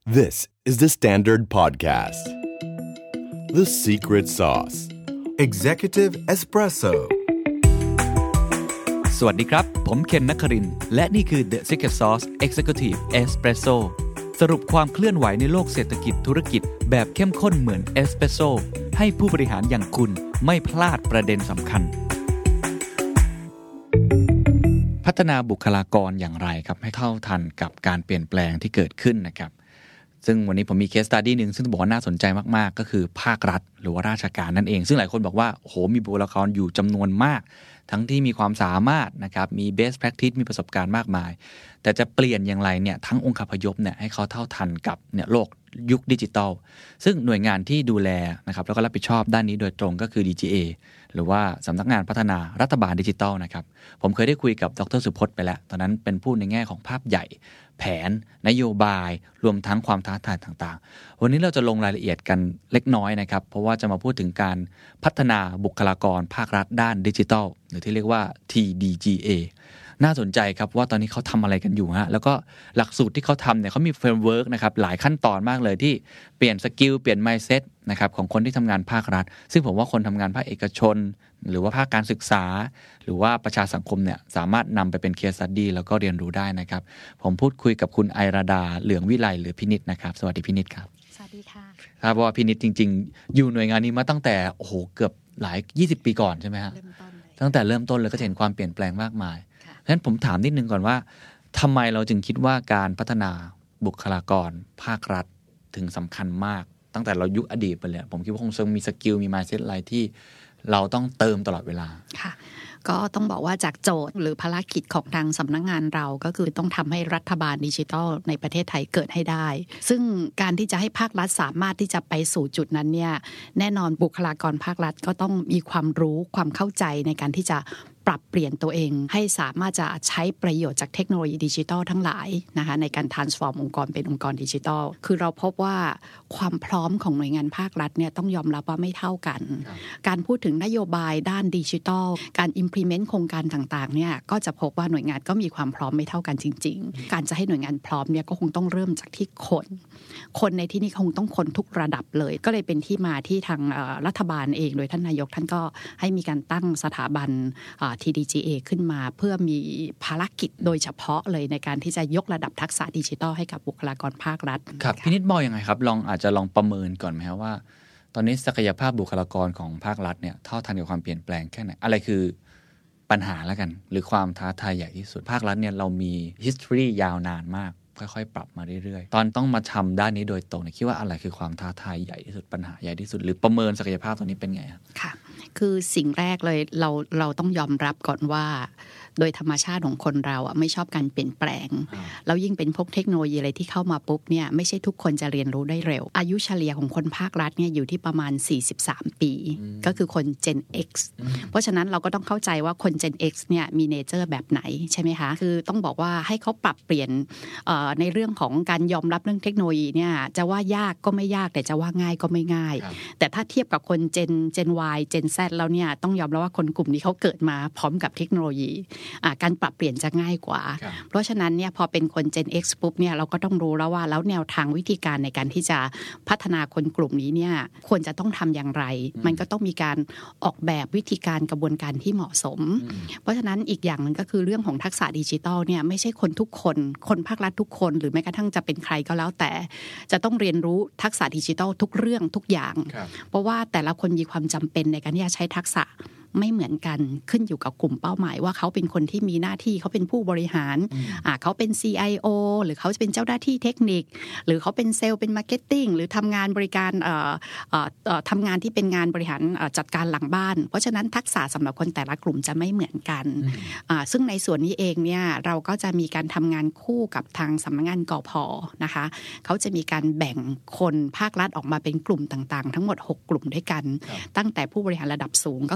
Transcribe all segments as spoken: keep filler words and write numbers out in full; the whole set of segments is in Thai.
This is the Standard Podcast. The Secret Sauce. Executive Espresso. สวัสดีครับผมเคนนครินทร์และนี่คือ The Secret Sauce Executive Espresso สรุปความเคลื่อนไหวในโลกเศรษฐกิจธุรกิจแบบเข้มข้นเหมือนเอสเปรสโซ่ให้ผู้บริหารอย่างคุณไม่พลาดประเด็นสำคัญพัฒนาบุคลากรอย่างไรครับให้เท่าทันกับการเปลี่ยนแปลงที่เกิดขึ้นนะครับซึ่งวันนี้ผมมีเคสสตั๊ดดี้นึงซึ่งบอกว่าน่าสนใจมากๆก็คือภาครัฐหรือว่าราชการนั่นเองซึ่งหลายคนบอกว่าโอ้โหมีบุคลากรอยู่จำนวนมากทั้งที่มีความสามารถนะครับมี best practice มีประสบการณ์มากมายแต่จะเปลี่ยนอย่างไรเนี่ยทั้งองค์คาพยพเนี่ยให้เขาเท่าทันกับเนี่ยโลกยุคดิจิทัลซึ่งหน่วยงานที่ดูแลนะครับแล้วก็รับผิดชอบด้านนี้โดยตรงก็คือ ดี จี เอ หรือว่าสำนักงานพัฒนารัฐบาลดิจิทัลนะครับผมเคยได้คุยกับดร.สุพจน์ไปแล้วตอนนั้นเป็นผู้ในแง่ของภาพใหญ่แผนนโยบายรวมทั้งความท้าทายต่างๆวันนี้เราจะลงรายละเอียดกันเล็กน้อยนะครับเพราะว่าจะมาพูดถึงการพัฒนาบุคลากรภาครัฐด้านดิจิทัลหรือที่เรียกว่า ที ดี จี เอ น่าสนใจครับว่าตอนนี้เขาทำอะไรกันอยู่ฮะแล้วก็หลักสูตรที่เขาทำเนี่ยเขามีเฟรมเวิร์กนะครับหลายขั้นตอนมากเลยที่เปลี่ยนสกิลเปลี่ยน mindset นะครับของคนที่ทำงานภาครัฐซึ่งผมว่าคนทำงานภาคเอกชนหรือว่าภาคการศึกษาหรือว่าประชาสังคมเนี่ยสามารถนำไปเป็นเคสสตั๊ดดี้แล้วก็เรียนรู้ได้นะครับผมพูดคุยกับคุณไอราดาเหลืองวิไลหรือพินิจนะครับสวัสดีพินิจครับสวัสดีค่ะครับเพราะว่าพินิจจริงๆอยู่หน่วยงานนี้มาตั้งแต่โอ้โหเกือบหลายยี่สิบปีก่อนใช่ไหมฮะเริ่มต้นเลยตั้งแต่เริ่มต้นเลยก็เห็นความเปลี่ยนแปลงมากมายฉะนั้นผมถามนิดนึงก่อนว่าทำไมเราจึงคิดว่าการพัฒนาบุคลากรภาครัฐถึงสำคัญมากตั้งแต่เรายุคอดีตไปเลยผมคิดว่าคงมีสกิลมี mindset อะไรที่เราต้องเติมตลอดเวลาค่ะก็ต้องบอกว่าจากโจทย์หรือภารกิจของทางสำนักงานเราก็คือต้องทำให้รัฐบาลดิจิทัลในประเทศไทยเกิดให้ได้ซึ่งการที่จะให้ภาครัฐสามารถที่จะไปสู่จุดนั้นเนี่ยแน่นอนบุคลากรภาครัฐก็ต้องมีความรู้ความเข้าใจในการที่จะปรับเปลี่ยนตัวเองให้สามารถจะใช้ประโยชน์จากเทคโนโลยีดิจิทัลทั้งหลายนะคะในการ transform องค์กรเป็นองค์กรดิจิทัลคือเราพบว่าความพร้อมของหน่วยงานภาครัฐเนี่ยต้องยอมรับว่าไม่เท่ากันการพูดถึงนโยบายด้านดิจิทัลการ implement โครงการต่างๆเนี่ยก็จะพบว่าหน่วยงานก็มีความพร้อมไม่เท่ากันจริงๆการจะให้หน่วยงานพร้อมเนี่ยก็คงต้องเริ่มจากที่คนคนในที่นี้คงต้องคนทุกระดับเลยก็เลยเป็นที่มาที่ทางรัฐบาลเองโดยท่านนายกท่านก็ให้มีการตั้งสถาบันที ดี จี เอ ขึ้นมาเพื่อมีภารกิจโดยเฉพาะเลยในการที่จะยกระดับทักษะดิจิทัลให้กับบุคลากรภาครัฐครับพี่นิดมองยังไงครับลองอาจจะลองประเมินก่อนไหมครับว่าตอนนี้ศักยภาพบุคลากรของภาครัฐเนี่ยเท่าทันกับความเปลี่ยนแปลงแค่ไหนอะไรคือปัญหาแล้วกันหรือความท้าทายใหญ่ที่สุดภาครัฐเนี่ยเรามี history ยาวนานมากค่อยๆปรับมาเรื่อยๆตอนต้องมาทำด้านนี้โดยตรงเนี่ยคิดว่าอะไรคือความท้าทายใหญ่ที่สุดปัญหาใหญ่ที่สุดหรือประเมินศักยภาพตอนนี้เป็นไงครับค่ะคือสิ่งแรกเลยเราเราต้องยอมรับก่อนว่าโดยธรรมชาติของคนเราอ่ะไม่ชอบการเปลี่ยนแปลงแล้วยิ่งเป็นพวกเทคโนโลยีอะไรที่เข้ามาปุ๊บเนี่ยไม่ใช่ทุกคนจะเรียนรู้ได้เร็วอายุเฉลี่ยของคนภาครัฐเนี่ยอยู่ที่ประมาณสี่สิบสามปีก็คือคน Gen X เพราะฉะนั้นเราก็ต้องเข้าใจว่าคน Gen X เนี่ยมีเนเจอร์แบบไหนใช่ไหมคะคือต้องบอกว่าให้เขาปรับเปลี่ยนในเรื่องของการยอมรับเรื่องเทคโนโลยีเนี่ยจะว่ายากก็ไม่ยากแต่จะว่าง่ายก็ไม่ง่ายแต่ถ้าเทียบกับคน Gen Gen Y Gen Z แล้วเนี่ยต้องยอมรับว่าคนกลุ่มนี้เขาเกิดมาพร้อมกับเทคโนโลยีการปรับเปลี่ยนจะง่ายกว่าเพราะฉะนั้นเนี่ยพอเป็นคน Gen X ปุ๊บเนี่ยเราก็ต้องรู้แล้วว่าแล้วแนวทางวิธีการในการที่จะพัฒนาคนกลุ่มนี้เนี่ยควรจะต้องทำอย่างไรมันก็ต้องมีการออกแบบวิธีการกระบวนการที่เหมาะสมเพราะฉะนั้นอีกอย่างนึงก็คือเรื่องของทักษะดิจิทัลเนี่ยไม่ใช่คนทุกคนคนภาครัฐทุกคนหรือแม้กระทั่งจะเป็นใครก็แล้วแต่จะต้องเรียนรู้ทักษะดิจิทัลทุกเรื่องทุกอย่างเพราะว่าแต่ละคนมีความจำเป็นในการที่จะใช้ทักษะไม่เหมือนกันขึ้นอยู่กับกลุ่มเป้าหมายว่าเขาเป็นคนที่มีหน้าที่เขาเป็นผู้บริหารอ่าเขาเป็น ซี ไอ โอ หรือเขาจะเป็นเจ้าหน้าที่เทคนิคหรือเขาเป็นเซลล์เป็นมาร์เก็ตติ้งหรือทำงานบริการเอ่อเอ่อทำงานที่เป็นงานบริหารจัดการหลังบ้านเพราะฉะนั้นทักษะสำหรับคนแต่ละกลุ่มจะไม่เหมือนกันอ่าซึ่งในส่วนนี้เองเนี่ยเราก็จะมีการทำงานคู่กับทางสำนักงานกผ.นะคะเขาจะมีการแบ่งคนภาครัฐออกมาเป็นกลุ่มต่างๆทั้งหมดหกกลุ่มด้วยกันตั้งแต่ผู้บริหารระดับสูงก็คือ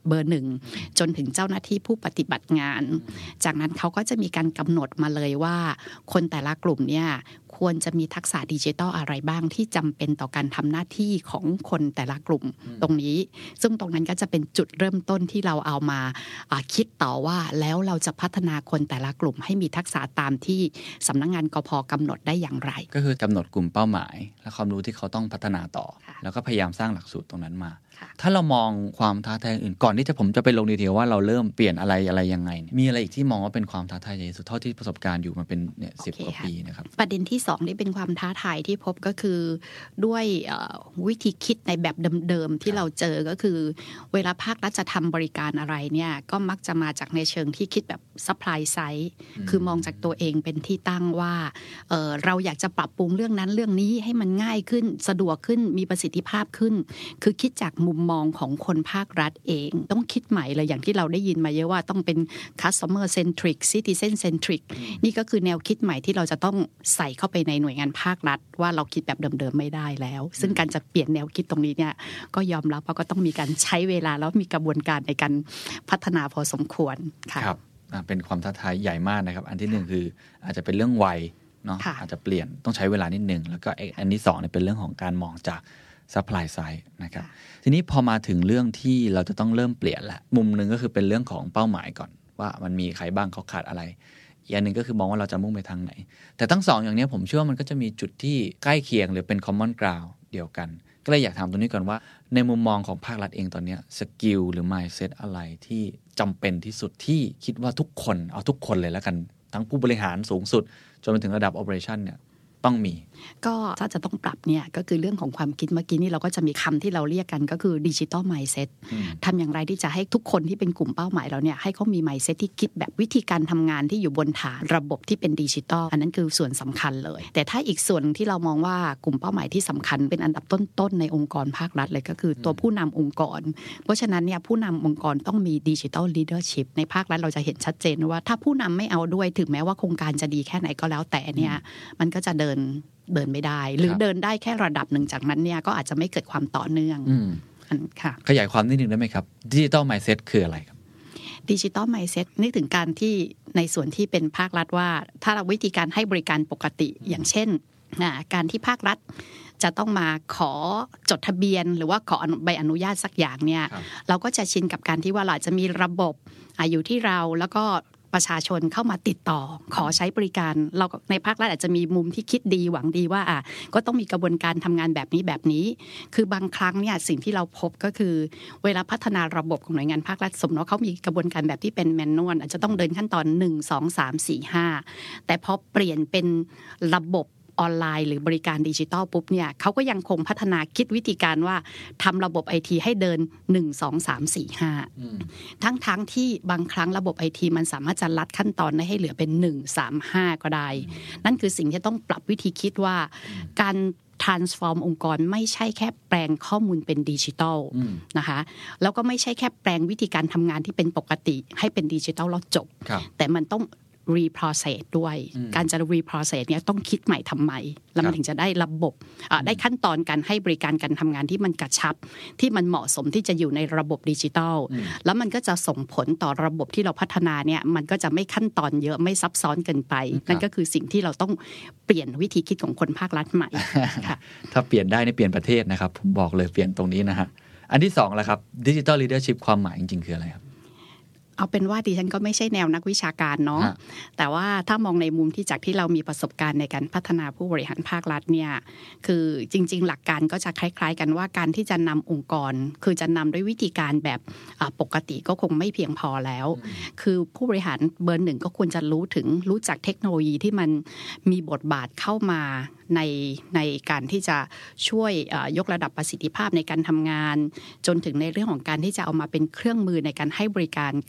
เบอร์หนึ่งจนถึงเจ้าหน้าที่ผู้ปฏิบัติงานจากนั้นเขาก็จะมีการกำหนดมาเลยว่าคนแต่ละกลุ่มเนี่ยควรจะมีทักษะดิจิทัลอะไรบ้างที่จำเป็นต่อการทำหน้าที่ของคนแต่ละกลุ่มตรงนี้ซึ่งตรงนั้นก็จะเป็นจุดเริ่มต้นที่เราเอามาคิดต่อว่าแล้วเราจะพัฒนาคนแต่ละกลุ่มให้มีทักษะตามที่สำนักงานกพ.กำหนดได้อย่างไรก็คือกำหนดกลุ่มเป้าหมายและความรู้ที่เขาต้องพัฒนาต่อแล้วก็พยายามสร้างหลักสูตรตรงนั้นมาถ้าเรามองความท้าทายอื่นก่อนที่จะผมจะไปลงดีเทลว่าเราเริ่มเปลี่ยนอะไรอะไรยังไงมีอะไรอีกที่มองว่าเป็นความท้าทายใหญ่สุดเท่าที่ประสบการณ์อยู่มาเป็นเนี่ยสิบกว่าปีนะครับประเด็นที่สองที่เป็นความท้าทายที่พบก็คือด้วยวิธีคิดในแบบเดิมๆที่เราเจอก็คือเวลาภาครัฐจะทำบริการอะไรเนี่ยก็มักจะมาจากในเชิงที่คิดแบบ supply side คือมองจากตัวเองเป็นที่ตั้งว่า เอ่อ เราอยากจะปรับปรุงเรื่องนั้นเรื่องนี้ให้มันง่ายขึ้นสะดวกขึ้นมีประสิทธิภาพขึ้นคือคิดจากมุมมองของคนภาครัฐเองต้องคิดใหม่เลยอย่างที่เราได้ยินมาเยอะว่าต้องเป็น customer centric citizen centric นี่ก็คือแนวคิดใหม่ที่เราจะต้องใส่เข้าไปในหน่วยงานภาครัฐว่าเราคิดแบบเดิมๆไม่ได้แล้วซึ่งการจะเปลี่ยนแนวคิดตรงนี้เนี่ยก็ยอมรับว่าก็ต้องมีการใช้เวลาแล้วมีกระบวนการในการพัฒนาพอสมควรค่ะครับเป็นความท้าทายใหญ่มากนะครับอันที่หนึ่งคืออาจจะเป็นเรื่องวัยเนาะอาจจะเปลี่ยนต้องใช้เวลานิดนึงแล้วก็อันที่สองเนี่ยเป็นเรื่องของการมองจาก supply side นะครับทีนี้พอมาถึงเรื่องที่เราจะต้องเริ่มเปลี่ยนละมุมนึงก็คือเป็นเรื่องของเป้าหมายก่อนว่ามันมีใครบ้างเขาขาดอะไรอีกอันนึงก็คือมองว่าเราจะมุ่งไปทางไหนแต่ทั้งสองอย่างนี้ผมเชื่อว่ามันก็จะมีจุดที่ใกล้เคียงหรือเป็น common ground เดียวกันก็เลยอยากถามตรงนี้ก่อนว่าในมุมมองของภาครัฐเองตอนนี้สกิลหรือ mindset อะไรที่จำเป็นที่สุดที่คิดว่าทุกคนเอาทุกคนเลยแล้วกันทั้งผู้บริหารสูงสุดจนไปถึงระดับ operation เนี่ยต้องมีก็ถ้าจะต้องปรับเนี่ยก็คือเรื่องของความคิดเมื่อกี้นี่เราก็จะมีคำที่เราเรียกกันก็คือดิจิตอลไมซ์เซ็ตทำอย่างไรที่จะให้ทุกคนที่เป็นกลุ่มเป้าหมายเราเนี่ยให้เขามีไมซ์เซ็ตที่คิดแบบวิธีการทำงานที่อยู่บนฐานระบบที่เป็นดิจิตอลอันนั้นคือส่วนสำคัญเลยแต่ถ้าอีกส่วนที่เรามองว่ากลุ่มเป้าหมายที่สำคัญเป็นอันดับต้นๆในองค์กรภาครัฐเลยก็คือตัวผู้นำองค์กรเพราะฉะนั้นเนี่ยผู้นำองค์กรต้องมีดิจิตอลลีดเดอร์ชิพในภาครัฐเราจะเห็นชัดเจนว่าถ้าผู้นำไม่เอาด้วยถึงแม้ว่าโครงการจะดีแค่ไหนก็แล้วแต่เนี่ยมันก็จะเดินเดินไม่ได้หรือเดินได้แค่ระดับหนึ่งจากนั้นเนี่ยก็อาจจะไม่เกิดความต่อเนื่องค่ะขยายความนิดนึงได้ไหมครับดิจิตอลไมซ์เซ็ตคืออะไรครับดิจิตอลไมซ์เซ็ตนึกถึงการที่ในส่วนที่เป็นภาครัฐว่าถ้าเราวิธีการให้บริการปกติอย่างเช่นการที่ภาครัฐจะต้องมาขอจดทะเบียนหรือว่าขอใบอนุญาตสักอย่างเนี่ยเราก็จะชินกับการที่ว่าเราจะมีระบบอยู่ที่เราแล้วก็ประชาชนเข้ามาติดต่อขอใช้บริการเราในภาครัฐอาจจะมีมุมที่คิดดีหวังดีว่าอ่ะก็ต้องมีกระบวนการทำงานแบบนี้แบบนี้คือบางครั้งเนี่ยสิ่งที่เราพบก็คือเวลาพัฒนาระบบของหน่วยงานภาครัฐสมมติว่าเขามีกระบวนการแบบที่เป็นแมนนวลอาจจะต้องเดินขั้นตอนหนึ่ง สอง สาม สี่ ห้าแต่พอเปลี่ยนเป็นระบบออนไลน์หรือบริการดิจิทัลปุ๊บเนี่ยเขาก็ยังคงพัฒนาคิดวิธีการว่าทำระบบ ไอ ที ให้เดินหนึ่ง สอง สาม สี่ ห้าทั้งๆ ท, ที่บางครั้งระบบ ไอ ที มันสามารถจะลัดขั้นตอนได้ให้เหลือเป็นหนึ่ง สาม ห้าก็ได้นั่นคือสิ่งที่ต้องปรับวิธีคิดว่าการ transform องค์กรไม่ใช่แค่แปลงข้อมูลเป็นดิจิทัลนะคะแล้วก็ไม่ใช่แค่แปลงวิธีการทำงานที่เป็นปกติให้เป็นดิจิทัลแล้วจบแต่มันต้องreprocess ด้วยการจะ reprocess เนี่ยต้องคิดใหม่ทำไมแล้วมันถึงจะได้ระบบได้ขั้นตอนการให้บริการการทำงานที่มันกระชับที่มันเหมาะสมที่จะอยู่ในระบบดิจิทัลแล้วมันก็จะส่งผลต่อระบบที่เราพัฒนาเนี่ยมันก็จะไม่ขั้นตอนเยอะไม่ซับซ้อนเกินไปนั่นก็คือสิ่งที่เราต้องเปลี่ยนวิธีคิดของคนภาครัฐใหม่ค่ะถ้าเปลี่ยนได้นี่เปลี่ยนประเทศนะครับผมบอกเลยเปลี่ยนตรงนี้นะฮะอันที่สองล่ะครับ Digital Leadership ความหมายจริงๆคืออะไรครับเอาเป็นว่าดิฉันก็ไม่ใช่แนวนักวิชาการเนาะแต่ว่าถ้ามองในมุมที่จากที่เรามีประสบการณ์ในการพัฒนาผู้บริหารภาครัฐเนี่ยคือจริงๆหลักการก็จะคล้ายๆกันว่าการที่จะนำองค์กรคือจะนำด้วยวิธีการแบบปกติก็คงไม่เพียงพอแล้วคือผู้บริหารเบอร์หนึ่งก็ควรจะรู้ถึงรู้จักเทคโนโลยีที่มันมีบทบาทเข้ามาในในการที่จะช่วยยกระดับประสิทธิภาพในการทำงานจนถึงในเรื่องของการที่จะเอามาเป็นเครื่องมือในการให้บริการกับ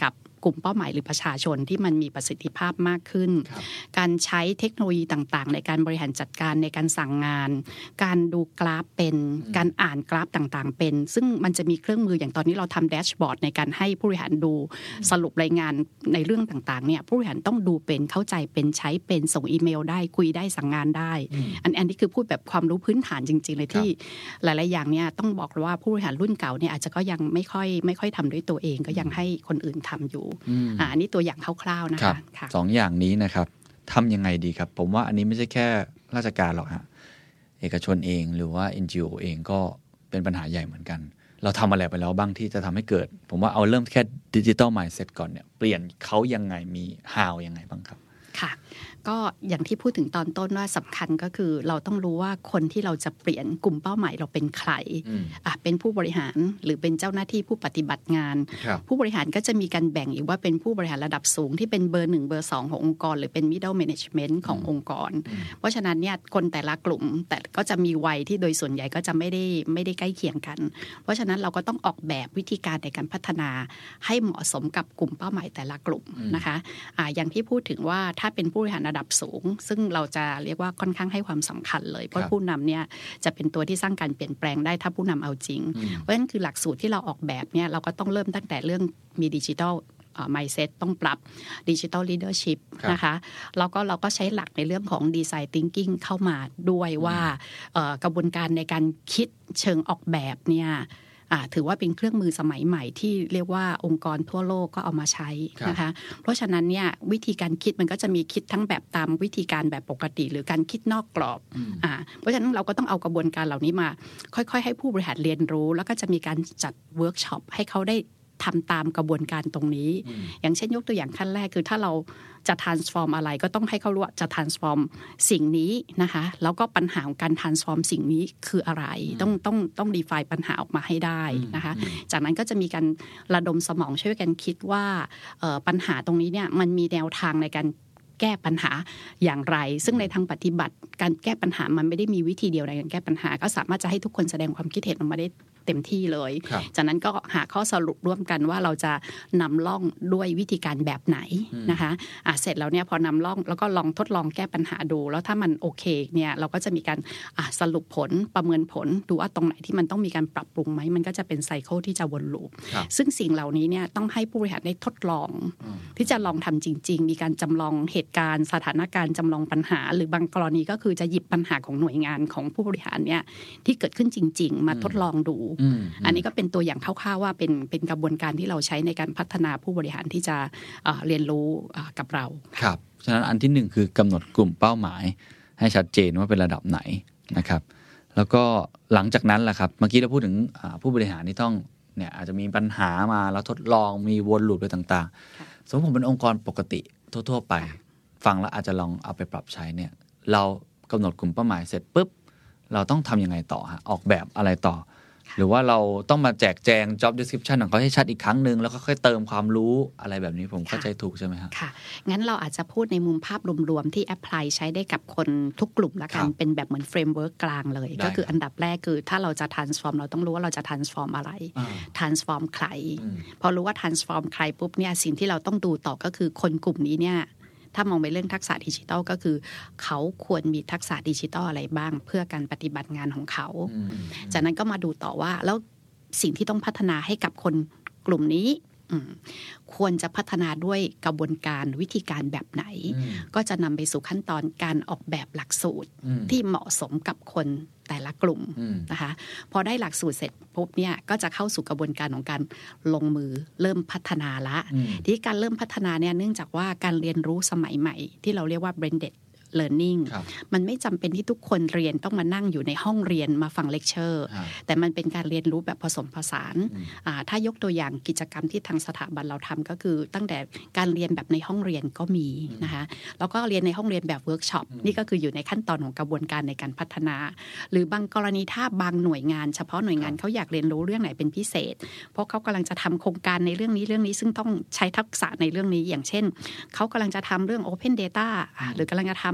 กลุ่มเป้าหมายหรือประชาชนที่มันมีประสิทธิภาพมากขึ้นการใช้เทคโนโลยีต่างๆในการบริหารจัดการในการสั่งงานการดูกราฟเป็นการอ่านกราฟต่างๆเป็นซึ่งมันจะมีเครื่องมืออย่างตอนนี้เราทำแดชบอร์ดในการให้ผู้บริหารดูสรุปรายงานในเรื่องต่างๆเนี่ยผู้บริหารต้องดูเป็นเข้าใจเป็นใช้เป็นส่งอีเมลได้คุยได้สั่งงานได้อันอันนี้คือพูดแบบความรู้พื้นฐานจริงๆเลยที่หลายๆอย่างเนี่ยต้องบอกว่าผู้บริหารรุ่นเก่าเนี่ยอาจจะก็ยังไม่ค่อยไม่ค่อยทำด้วยตัวเองก็ยังให้คนอื่นทำอยู่อ่าอันนี้ตัวอย่างคร่าวๆนะคะสองอย่างนี้นะครับทำยังไงดีครับผมว่าอันนี้ไม่ใช่แค่ราชการหรอกฮะเอกชนเองหรือว่า เอ็น จี โอ เองก็เป็นปัญหาใหญ่เหมือนกันเราทำอะไรไปแล้วบ้างที่จะทำให้เกิดผมว่าเอาเริ่มแค่ Digital Mindset ก่อนเนี่ยเปลี่ยนเขายังไงมี how ยังไงบ้างครับค่ะก็อย่างที่พูดถึงตอนต้นว่าสำคัญก็คือเราต้องรู้ว่าคนที่เราจะเปลี่ยนกลุ่มเป้าหมายเราเป็นใครอ่ะเป็นผู้บริหารหรือเป็นเจ้าหน้าที่ผู้ปฏิบัติงานผู้บริหารก็จะมีการแบ่งอีกว่าเป็นผู้บริหารระดับสูงที่เป็นเบอร์หนึ่งเบอร์สองขององค์กรหรือเป็น middle management ขององค์กรเพราะฉะนั้นเนี่ยคนแต่ละกลุ่มแต่ก็จะมีวัยที่โดยส่วนใหญ่ก็จะไม่ได้ไม่ได้ใกล้เคียงกันเพราะฉะนั้นเราก็ต้องออกแบบวิธีการในการพัฒนาให้เหมาะสมกับกลุ่มเป้าหมายแต่ละกลุ่มนะคะอ่ะอย่างที่พูดถึงว่าถ้าเป็นผู้บริหารระดับสูงซึ่งเราจะเรียกว่าค่อนข้างให้ความสำคัญเลยเพราะผู้นำเนี่ยจะเป็นตัวที่สร้างการเปลี่ยนแปลงได้ถ้าผู้นำเอาจริงเพราะฉะนั้นคือหลักสูตรที่เราออกแบบเนี่ยเราก็ต้องเริ่มตั้งแต่เรื่องมีดิจิทัลmindset ต้องปรับ digital leadership นะคะแล้วก็เราก็ใช้หลักในเรื่องของ design thinking เข้ามาด้วยว่ากระบวนการในการคิดเชิงออกแบบเนี่ยถือว่าเป็นเครื่องมือสมัยใหม่ที่เรียกว่าองค์กรทั่วโลกก็เอามาใช้นะคะเพราะฉะนั้นเนี่ยวิธีการคิดมันก็จะมีคิดทั้งแบบตามวิธีการแบบปกติหรือการคิดนอกกรอบอ่าเพราะฉะนั้นเราก็ต้องเอากระบวนการเหล่านี้มาค่อยๆให้ผู้บริหารเรียนรู้แล้วก็จะมีการจัดเวิร์กช็อปให้เขาได้ทำตามกระบวนการตรงนี้อย่างเช่นยกตัวอย่างขั้นแรกคือถ้าเราจะ transform อะไรก็ต้องให้เขารู้ว่าจะ transform สิ่งนี้นะคะแล้วก็ปัญหาของการ transform สิ่งนี้คืออะไรต้องต้องต้อง define ปัญหาออกมาให้ได้นะคะจากนั้นก็จะมีการระดมสมองช่วยกันคิดว่าปัญหาตรงนี้เนี่ยมันมีแนวทางในการแก้ปัญหาอย่างไรซึ่งในทางปฏิบัติการแก้ปัญหามันไม่ได้มีวิธีเดียวในการแก้ปัญหาก็สามารถจะให้ทุกคนแสดงความคิดเห็นออกมาได้เต็มที่เลยจากนั้นก็หาข้อสรุปร่วมกันว่าเราจะนำล่องด้วยวิธีการแบบไหนนะคะอ่ะเสร็จแล้วเนี่ยพอนำล่องแล้วก็ลองทดลองแก้ปัญหาดูแล้วถ้ามันโอเคเนี่ยเราก็จะมีการอ่ะสรุปผลประเมินผลดูว่าตรงไหนที่มันต้องมีการปรับปรุงไหมมันก็จะเป็นไซเคิลที่จะวนลูปซึ่งสิ่งเหล่านี้เนี่ยต้องให้ผู้บริหารได้ทดลองที่จะลองทำจริงๆมีการจำลองเหตุการณ์สถานการณ์จำลองปัญหาหรือบางกรณีก็คือจะหยิบปัญหาของหน่วยงานของผู้บริหารเนี่ยที่เกิดขึ้นจริงๆมาทดลองดูอันนี้ก็เป็นตัวอย่างคร่าวๆว่าเป็นเป็นกระบวนการที่เราใช้ในการพัฒนาผู้บริหารที่จะเอ่อเรียนรู้กับเราครับฉะนั้นอันที่หนึ่งคือกำหนดกลุ่มเป้าหมายให้ชัดเจนว่าเป็นระดับไหนนะครับแล้วก็หลังจากนั้นแหละครับเมื่อกี้เราพูดถึงผู้บริหารที่ต้องเนี่ยอาจจะมีปัญหามาแล้วทดลองมีวนลูปอะไรต่างๆสมมติผมเป็นองค์กรปกติทั่วๆไปฟังแล้วอาจจะลองเอาไปปรับใช้เนี่ยเรากำหนดกลุ่มเป้าหมายเสร็จปุ๊บเราต้องทำยังไงต่อฮะออกแบบอะไรต่อหรือว่าเราต้องมาแจกแจง job description ของเขาให้ชัดอีกครั้งนึงแล้วก็ค่อยเติมความรู้อะไรแบบนี้ผมเข้าใจถูกใช่ไหมครับค่ะงั้นเราอาจจะพูดในมุมภาพรวมๆที่ apply ใช้ได้กับคนทุกกลุ่มละกันเป็นแบบเหมือน framework กลางเลยก็คืออันดับแรกคือถ้าเราจะ transform เราต้องรู้ว่าเราจะ transform อะไร transform ใครพอรู้ว่า transform ใครปุ๊บเนี่ยสิ่งที่เราต้องดูต่อก็คือคนกลุ่มนี้เนี่ยถ้ามองไปเรื่องทักษะดิจิทัลก็คือเขาควรมีทักษะดิจิทัลอะไรบ้างเพื่อการปฏิบัติงานของเขาจากนั้นก็มาดูต่อว่าแล้วสิ่งที่ต้องพัฒนาให้กับคนกลุ่มนี้ควรจะพัฒนาด้วยกระบวนการวิธีการแบบไหนก็จะนำไปสู่ขั้นตอนการออกแบบหลักสูตรที่เหมาะสมกับคนแต่ละกลุ่มนะคะพอได้หลักสูตรเสร็จปุ๊บเนี่ยก็จะเข้าสู่กระบวนการของการลงมือเริ่มพัฒนาละที่การเริ่มพัฒนาเนี่ยเนื่องจากว่าการเรียนรู้สมัยใหม่ที่เราเรียกว่า blended learning มันไม่จำเป็นที่ทุกคนเรียนต้องมานั่งอยู่ในห้องเรียนมาฟังเลคเชอร์แต่มันเป็นการเรียนรู้แบบผสมผสานถ้ายกตัวอย่างกิจกรรมที่ทางสถาบันเราทำก็คือตั้งแต่การเรียนแบบในห้องเรียนก็มีนะคะแล้วก็เรียนในห้องเรียนแบบเวิร์กช็อปนี่ก็คืออยู่ในขั้นตอนของกระบวนการในการพัฒนาหรือบางกรณีถ้าบางหน่วยงานเฉพาะหน่วยงานเขาอยากเรียนรู้เรื่องไหนเป็นพิเศษเพราะเขากำลังจะทำโครงการในเรื่องนี้เรื่องนี้ซึ่งต้องใช้ทักษะในเรื่องนี้อย่างเช่นเขากำลังจะทำเรื่อง Open Data หรือกำลังจะทำ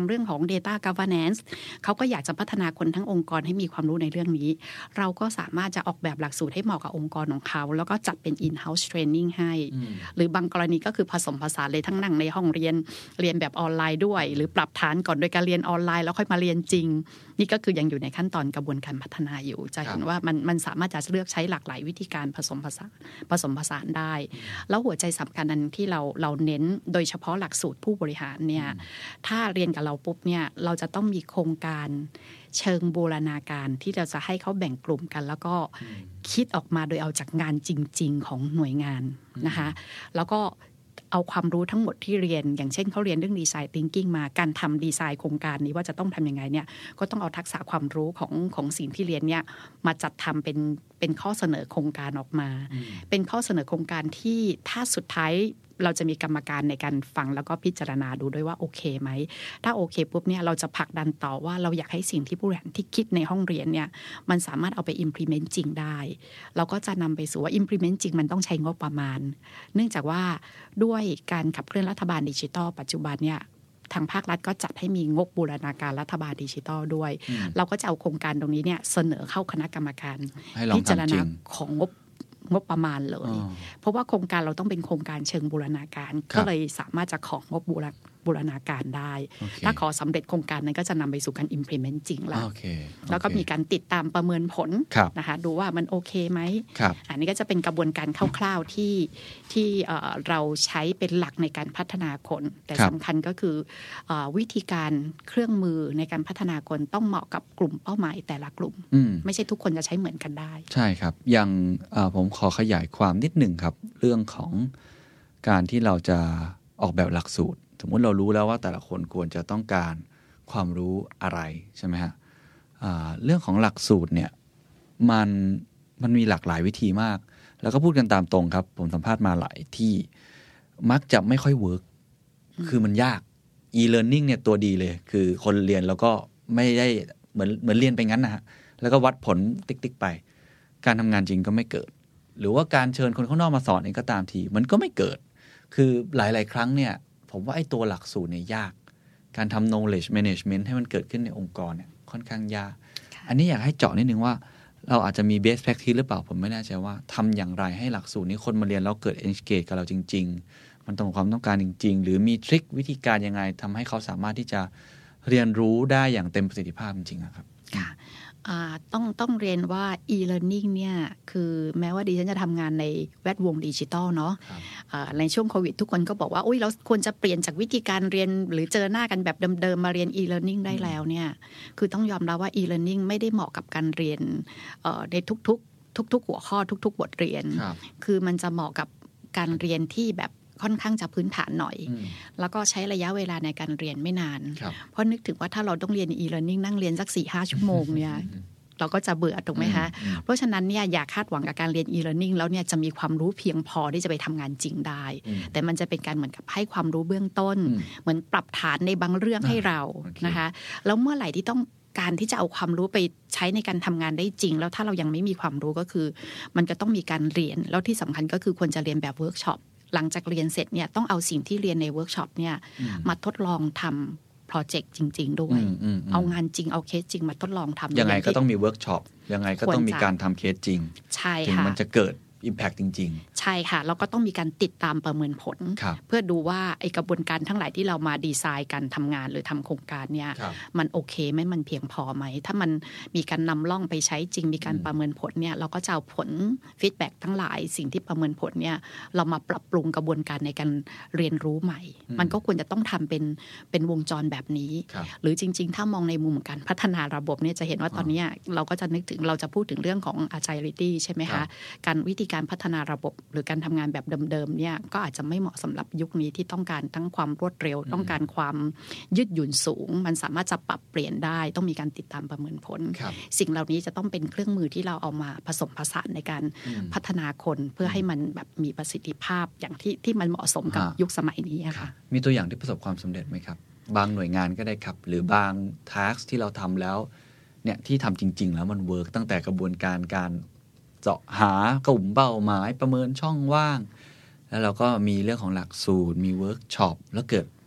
เรื่องของ data governance เขาก็อยากจะพัฒนาคนทั้งองค์กรให้มีความรู้ในเรื่องนี้เราก็สามารถจะออกแบบหลักสูตรให้เหมาะกับองค์กรของเขาแล้วก็จัดเป็น in-house training ให้หรือบางกรณีก็คือผสมผสานเลยทั้งนั่งในห้องเรียนเรียนแบบออนไลน์ด้วยหรือปรับฐานก่อนโดยการเรียนออนไลน์แล้วค่อยมาเรียนจริงนี่ก็คือยังอยู่ในขั้นตอนกระบวนการพัฒนาอยู่จะเห็นว่ามันมันสามารถจะเลือกใช้หลากหลายวิธีการผสมผสานผสมผสานได้แล้วหัวใจสำคัญอันที่เราเราเน้นโดยเฉพาะหลักสูตรผู้บริหารเนี่ยถ้าเรียนกับเราปุ๊บเนี่ยเราจะต้องมีโครงการเชิงบูรณาการที่เราจะให้เขาแบ่งกลุ่มกันแล้วก็คิดออกมาโดยเอาจากงานจริงๆของหน่วยงานนะคะแล้วก็เอาความรู้ทั้งหมดที่เรียนอย่างเช่นเขาเรียนเรื่องดีไซน์ thinking มาการทำดีไซน์โครงการนี้ว่าจะต้องทำยังไงเนี่ยก็ต้องเอาทักษะความรู้ของของสิ่งที่เรียนเนี่ยมาจัดทำเป็นเป็นข้อเสนอโครงการออกมาเป็นข้อเสนอโครงการที่ถ้าสุดท้ายเราจะมีกรรมการในการฟังแล้วก็พิจารณาดูด้วยว่าโอเคไหมถ้าโอเคปุ๊บเนี่ยเราจะผลักดันต่อว่าเราอยากให้สิ่งที่ผู้บริหารที่คิดในห้องเรียนเนี่ยมันสามารถเอาไป implement จริงได้เราก็จะนำไปสู่ว่า implement จริงมันต้องใช้งบประมาณเนื่องจากว่าด้วยการขับเคลื่อนรัฐบาลดิจิทัลปัจจุบันเนี่ยทางภาครัฐก็จัดให้มีงบบูรณาการรัฐบาลดิจิทัลด้วยเราก็จะเอาโครงการตรงนี้เนี่ยเสนอเข้าคณะกรรมการพิจารณาของงบงบประมาณเลยเพราะว่าโครงการเราต้องเป็นโครงการเชิงบูรณาการก็เลยสามารถจะของงบบูรณาบูรณาการได้ okay. ถ้าขอสำเร็จโครงการนั้นก็จะนำไปสู่การ implement จริงแล้ว okay. okay. แล้วก็มีการติดตามประเมินผลนะคะดูว่ามันโอเคไหมอันนี้ก็จะเป็นกระบวนการคร่าวๆที่ที่เราใช้เป็นหลักในการพัฒนาคนแต่สำคัญก็คือวิธีการเครื่องมือในการพัฒนาคนต้องเหมาะกับกลุ่มเป้าหมายแต่ละกลุ่มไม่ใช่ทุกคนจะใช้เหมือนกันได้ใช่ครับอย่างผมขอขยายความนิดหนึ่งครับเรื่องของการที่เราจะออกแบบหลักสูตรสมมติเรารู้แล้วว่าแต่ละคนควรจะต้องการความรู้อะไรใช่ไหมฮะเรื่องของหลักสูตรเนี่ยมันมันมีหลากหลายวิธีมากแล้วก็พูดกันตามตรงครับผมสัมภาษณ์มาหลายที่มักจะไม่ค่อยเวิร์กคือมันยาก e-learning เนี่ยตัวดีเลยคือคนเรียนแล้วก็ไม่ได้เหมือนเหมือนเรียนไปงั้นนะฮะแล้วก็วัดผลติ๊กๆไปการทำงานจริงก็ไม่เกิดหรือว่าการเชิญคนข้างนอกมาสอนเองก็ตามทีมันก็ไม่เกิดคือหลายๆครั้งเนี่ยผมว่าไอ้ตัวหลักสูตรเนี่ยยากการทำ knowledge management ให้มันเกิดขึ้นในองค์กรเนี่ยค่อนข้างยากอันนี้อยากให้เจาะนิดนึงว่าเราอาจจะมี best practice หรือเปล่าผมไม่แน่ใจว่าทำอย่างไรให้หลักสูตรนี้คนมาเรียนแล้วเกิด engage กับเราจริงๆมันตรงความต้องการจริงๆหรือมีทริควิธีการยังไงทำให้เขาสามารถที่จะเรียนรู้ได้อย่างเต็มประสิทธิภาพจริงๆครับค่ะต้องต้องเรียนว่า e-learning เนี่ยคือแม้ว่าดิฉันจะทำงานในแวดวงดิจิทัลเนาะในช่วงโควิดทุกคนก็บอกว่าอุ้ยเราควรจะเปลี่ยนจากวิธีการเรียนหรือเจอหน้ากันแบบเดิมๆมาเรียน e-learning ได้แล้วเนี่ยคือต้องยอมรับว่า e-learning ไม่ได้เหมาะกับการเรียนในทุกๆทุกๆหัวข้อทุกๆบทเรียนคือมันจะเหมาะกับการเรียนที่แบบค่อนข้างจะพื้นฐานหน่อยแล้วก็ใช้ระยะเวลาในการเรียนไม่นานเพราะนึกถึงว่าถ้าเราต้องเรียน e-learning นั่งเรียนสัก สี่ห้า ชั่วโมงเนี่ยเราก็จะเบื่อถูกไหมคะเพราะฉะนั้นเนี่ยอย่าคาดหวังกับการเรียน e-learning แล้วเนี่ยจะมีความรู้เพียงพอที่จะไปทำงานจริงได้แต่มันจะเป็นการเหมือนกับให้ความรู้เบื้องต้นเหมือนปรับฐานในบางเรื่องให้เรานะคะแล้วเมื่อไหร่ที่ต้องการที่จะเอาความรู้ไปใช้ในการทำงานได้จริงแล้วถ้าเรายังไม่มีความรู้ก็คือมันก็ต้องมีการเรียนแล้วที่สำคัญก็คือควรจะเรียนแบบเวิร์กช็อปหลังจากเรียนเสร็จเนี่ยต้องเอาสิ่งที่เรียนในเวิร์กช็อปเนี่ยมาทดลองทำโปรเจกต์จริงๆด้วยเอางานจริงเอาเคสจริงมาทดลองทำยังไงก็ต้องมีเวิร์กช็อปยังไงก็ต้องมีการทำเคสจริงใช่ค่ะถึงมันจะเกิด impact จริงๆใช่ค่ะแล้วก็ต้องมีการติดตามประเมินผลเพื่อดูว่าไอ้กระบวนการทั้งหลายที่เรามาดีไซน์การทำงานหรือทำโครงการเนี่ยมันโอเคไหมมันเพียงพอไหมถ้ามันมีการนำล่องไปใช้จริงมีการประเมินผลเนี่ยเราก็จะเอาผลฟีดแบ็กทั้งหลายสิ่งที่ประเมินผลเนี่ยเรามาปรับปรุงกระบวนการในการเรียนรู้ใหม่มันก็ควรจะต้องทำเป็นเป็นวงจรแบบนี้หรือจริงๆถ้ามองในมุมการพัฒนาระบบเนี่ยจะเห็นว่าตอนนี้เราก็จะนึกถึงเราจะพูดถึงเรื่องของ agility ใช่ไหมคะการวิธีการพัฒนาระบบหรือการทำงานแบบเดิมๆเนี่ยก็อาจจะไม่เหมาะสำหรับยุคนี้ที่ต้องการทั้งความรวดเร็วต้องการความยืดหยุ่นสูงมันสามารถจะปรับเปลี่ยนได้ต้องมีการติดตามประเมินผลสิ่งเหล่านี้จะต้องเป็นเครื่องมือที่เราเอามาผสมผสานในการพัฒนาคนเพื่อให้มันแบบมีประสิทธิภาพอย่างที่ที่มันเหมาะสมกับยุคสมัยนี้ค่ะมีตัวอย่างที่ประสบความสำเร็จไหมครับบางหน่วยงานก็ได้ครับหรือบางทาสก์ที่เราทำแล้วเนี่ยที่ทำจริงๆแล้วมันเวิร์กตั้งแต่กระบวนการการเจาะหากลุ่มเป้าหมายประเมินช่องว่างแล้วเราก็มีเรื่องของหลักสูตรมีเวิร์กช็อปแล้วเกิด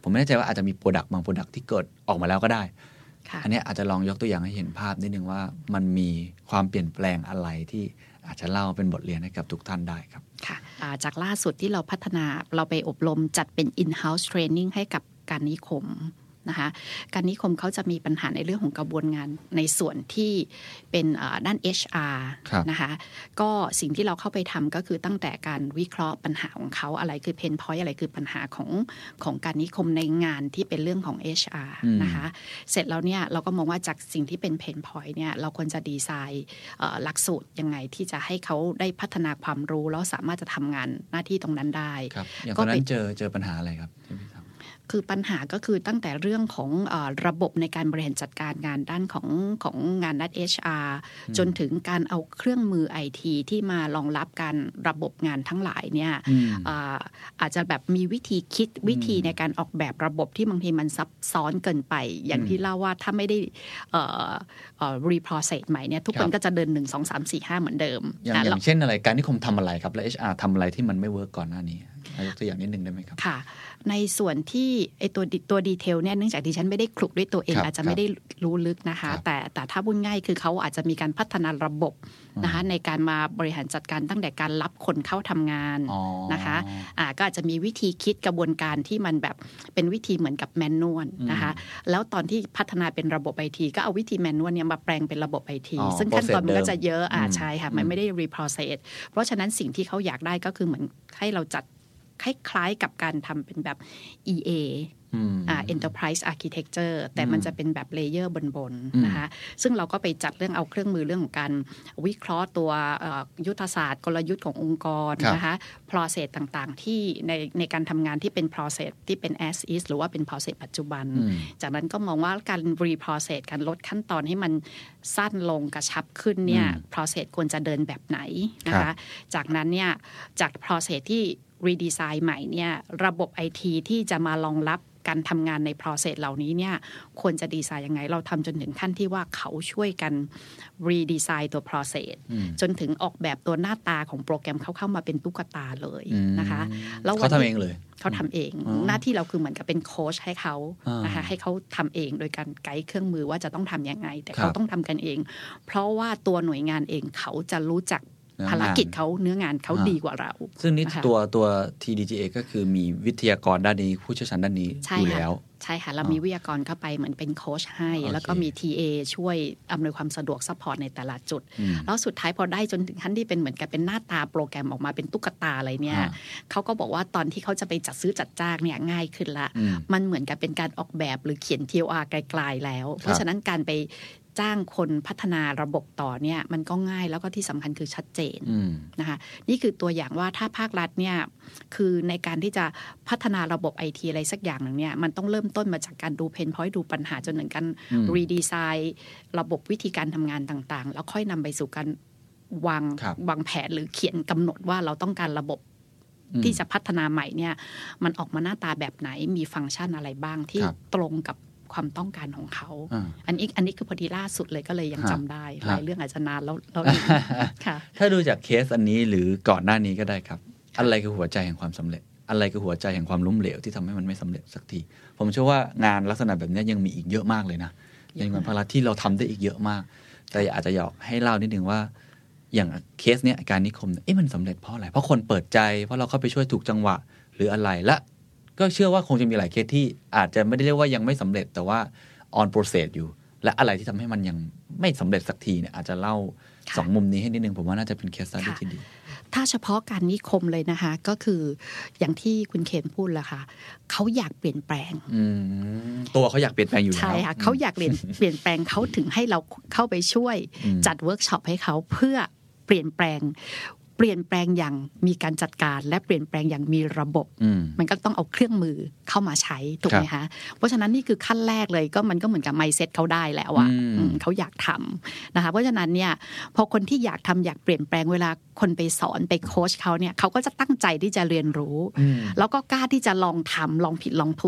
ผมไม่แน่ใจว่าอาจจะมีโปรดักต์บางโปรดักต์ที่เกิดออกมาแล้วก็ได้อันนี้อาจจะลองยกตัวอย่างให้เห็นภาพนิดนึงว่ามันมีความเปลี่ยนแปลงอะไรที่อาจจะเล่าเป็นบทเรียนให้กับทุกท่านได้ครับค่ะจากล่าสุดที่เราพัฒนาเราไปอบรมจัดเป็น in-house training ให้กับการนิคมนะคะการนิคมเขาจะมีปัญหาในเรื่องของกระบวนงานในส่วนที่เป็นด้าน เอช อาร์ นะคะก็สิ่งที่เราเข้าไปทำก็คือตั้งแต่การวิเคราะห์ปัญหาของเขาอะไรคือเพนพอยต์อะไรคือปัญหาของของการนิคมในงานที่เป็นเรื่องของ เอช อาร์ นะคะเสร็จแล้วเนี่ยเราก็มองว่าจากสิ่งที่เป็นเพนพอยต์เนี่ยเราควรจะดีไซน์หลักสูตรยังไงที่จะให้เขาได้พัฒนาความรู้แล้วสามารถจะทำงานหน้าที่ตรงนั้นได้อย่างตอนนั้นเจอเจอปัญหาอะไรครับคือปัญหาก็คือตั้งแต่เรื่องของเอ่อระบบในการบริหารจัดการงานด้านของของงานด้าน เอช อาร์ จนถึงการเอาเครื่องมือ ไอ ที ที่มารองรับการระบบงานทั้งหลายเนี่ย อ, อาจจะแบบมีวิธีคิดวิธีในการออกแบบระบบที่บางทีมันซับซ้อนเกินไปอย่างที่เล่าว่าถ้าไม่ได้เอ่อเอ่อ reprocess ใหม่เนี่ยทุกคนก็จะเดินหนึ่ง สอง สาม สี่ ห้าเหมือนเดิมอย่าง, อย่างเช่นอะไรการนิคมทำอะไรครับและ เอช อาร์ ทำอะไรที่มันไม่เวิร์กก่อนหน้านี้ยกตัวอย่างนิดนึงได้ไหมครับค่ะในส่วนที่ไอตัวตัวดีเทลเนี่ยเนื่องจากดิฉันไม่ได้คลุกด้วยตัวเองอาจจะไม่ได้รู้ลึกนะคะแต่แต่ถ้าพูดง่ายคือเขาอาจจะมีการพัฒนาระบบนะคะในการมาบริหารจัดการตั้งแต่การรับคนเข้าทำงานนะคะอ่าก็อาจจะมีวิธีคิดกระบวนการที่มันแบบเป็นวิธีเหมือนกับแมนนวลนะคะแล้วตอนที่พัฒนาเป็นระบบ ไอ ที ก็เอาวิธีแมนนวลเนี่ยมาแปลงเป็นระบบ ไอ ที ซึ่งขั้นตอนมันก็จะเยอะอ่าใช่ค่ะมันไม่ได้ reprocess เพราะฉะนั้นสิ่งที่เขาอยากได้ก็คือเหมือนให้เราจัดคล้ายๆกับการทำเป็นแบบ อี เอ อ่า Enterprise Architecture แต่มันจะเป็นแบบเลเยอร์บนๆนะคะซึ่งเราก็ไปจัดเรื่องเอาเครื่องมือเรื่องของการวิเคราะห์ตัวยุทธศาสตร์กลยุทธ์ขององค์กรนะคะ process ต่างๆที่ในในการทำงานที่เป็น process ที่เป็น as is หรือว่าเป็น process ปัจจุบันจากนั้นก็มองว่าการ reprocess การลดขั้นตอนให้มันสั้นลงกระชับขึ้นเนี่ย process ควรจะเดินแบบไหนนะคะจากนั้นเนี่ยจาก process ที่redesign ใหม่เนี่ยระบบ ไอ ที ที่จะมารองรับการทำงานใน process เหล่านี้เนี่ยควรจะดีไซน์ยังไงเราทำจนถึงขั้นที่ว่าเขาช่วยกัน redesign ตัว process จนถึงออกแบบตัวหน้าตาของโปรแกรมเขาเข้ามาเป็นตุ๊กตาเลยนะคะแล้วเขาทำเองเลยเขาทำเองหน้าที่เราคือเหมือนกับเป็นโค้ชให้เขานะคะให้เขาทำเองโดยการไกด์เครื่องมือว่าจะต้องทำยังไงแต่เขาต้องทำกันเองเพราะว่าตัวหน่วยงานเองเขาจะรู้จักภารกิจเขาเนื้องานเขาดีกว่าเราซึ่งนี่ตัวตัว ที ดี จี เอ ก็คือมีวิทยากรด้านนี้ผู้เชี่ยวชาญด้านนี้อยู่แล้วใช่ค่ะเรามีวิทยากรเข้าไปเหมือนเป็นโค้ชให้แล้วก็มี ที เอ ช่วยอำนวยความสะดวกซัพพอร์ตในแต่ละจุดแล้วสุดท้ายพอได้จนถึงขั้นที่เป็นเหมือนกับเป็นหน้าตาโปรแกรมออกมาเป็นตุ๊กตาอะไรเนี่ยเขาก็บอกว่าตอนที่เขาจะไปจัดซื้อจัดจ้างเนี่ยง่ายขึ้นละมันเหมือนกับเป็นการออกแบบหรือเขียน ที โอ อาร์ ไกลๆแล้วเพราะฉะนั้นการไปจ้างคนพัฒนาระบบต่อเนี่ยมันก็ง่ายแล้วก็ที่สำคัญคือชัดเจนนะคะนี่คือตัวอย่างว่าถ้าภาครัฐเนี่ยคือในการที่จะพัฒนาระบบ ไอ ที อะไรสักอย่างหนึ่งเนี่ยมันต้องเริ่มต้นมาจากการดูเพนพอยต์ดูปัญหาจนถึงการรีดีไซน์ระบบวิธีการทำงานต่างๆแล้วค่อยนำไปสู่การวางวางแผนหรือเขียนกำหนดว่าเราต้องการระบบที่จะพัฒนาใหม่เนี่ยมันออกมาหน้าตาแบบไหนมีฟังก์ชันอะไรบ้างที่ตรงกับความต้องการของเขาอันนี้อันนี้คือพอดีล่าสุดเลยก็เลยยังจำได้หลายเรื่องอาจจะนานแล้วแล้วค่ะถ้าดูจากเคสอันนี้หรือก่อนหน้านี้ก็ได้ครับอะไรคือหัวใจแห่งความสำเร็จอะไรคือหัวใจแห่งความล้มเหลวที่ทำให้มันไม่สำเร็จสักทีผมเชื่อว่างานลักษณะแบบนี้ยังมีอีกเยอะมากเลยนะยังมีภาระที่เราทำได้อีกเยอะมากแต่อาจจะอยากให้เล่านิดนึงว่าอย่างเคสเนี้ยการนิคมเอ๊ะมันสำเร็จเพราะอะไรเพราะคนเปิดใจเพราะเราเข้าไปช่วยถูกจังหวะหรืออะไรและก็เชื่อว่าคงจะมีหลายเคสที่อาจจะไม่ได้เรียกว่ายังไม่สำเร็จแต่ว่า on process อยู่และอะไรที่ทำให้มันยังไม่สำเร็จสักทีเนี่ยอาจจะเล่าสองมุมนี้ให้นิดนึงผมว่าน่าจะเป็นเคสสตั๊ดดี้ที่ดีถ้าเฉพาะการนิคมเลยนะคะก็คืออย่างที่คุณเคนพูดแหละค่ะเขาอยากเปลี่ยนแปลงตัวเขาอยากเปลี่ยนแปลงอยู่แล้วใช่ค่ะเขาอยากเปลี่ยนเปลี่ยนแปลงเขาถึงให้เราเข้าไปช่วยจัดเวิร์กช็อปให้เขาเพื่อเปลี่ยนแปลงเปลี่ยนแปลงอย่างมีการจัดการและเปลี่ยนแปลงอย่างมีระบบมันก็ต้องเอาเครื่องมือเข้ามาใช้ถูกไหมคะเพราะฉะนั้นนี่คือขั้นแรกเลยก็มันก็เหมือนกับ mindset เขาได้แล้วอ่ะเขาอยากทำนะคะเพราะฉะนั้นเนี่ยพอคนที่อยากทำอยากเปลี่ยนแปลงเวลาคนไปสอนไปโค้ชเขาเนี่ยเขาก็จะตั้งใจที่จะเรียนรู้แล้วก็กล้าที่จะลองทำลองผิดลองถูก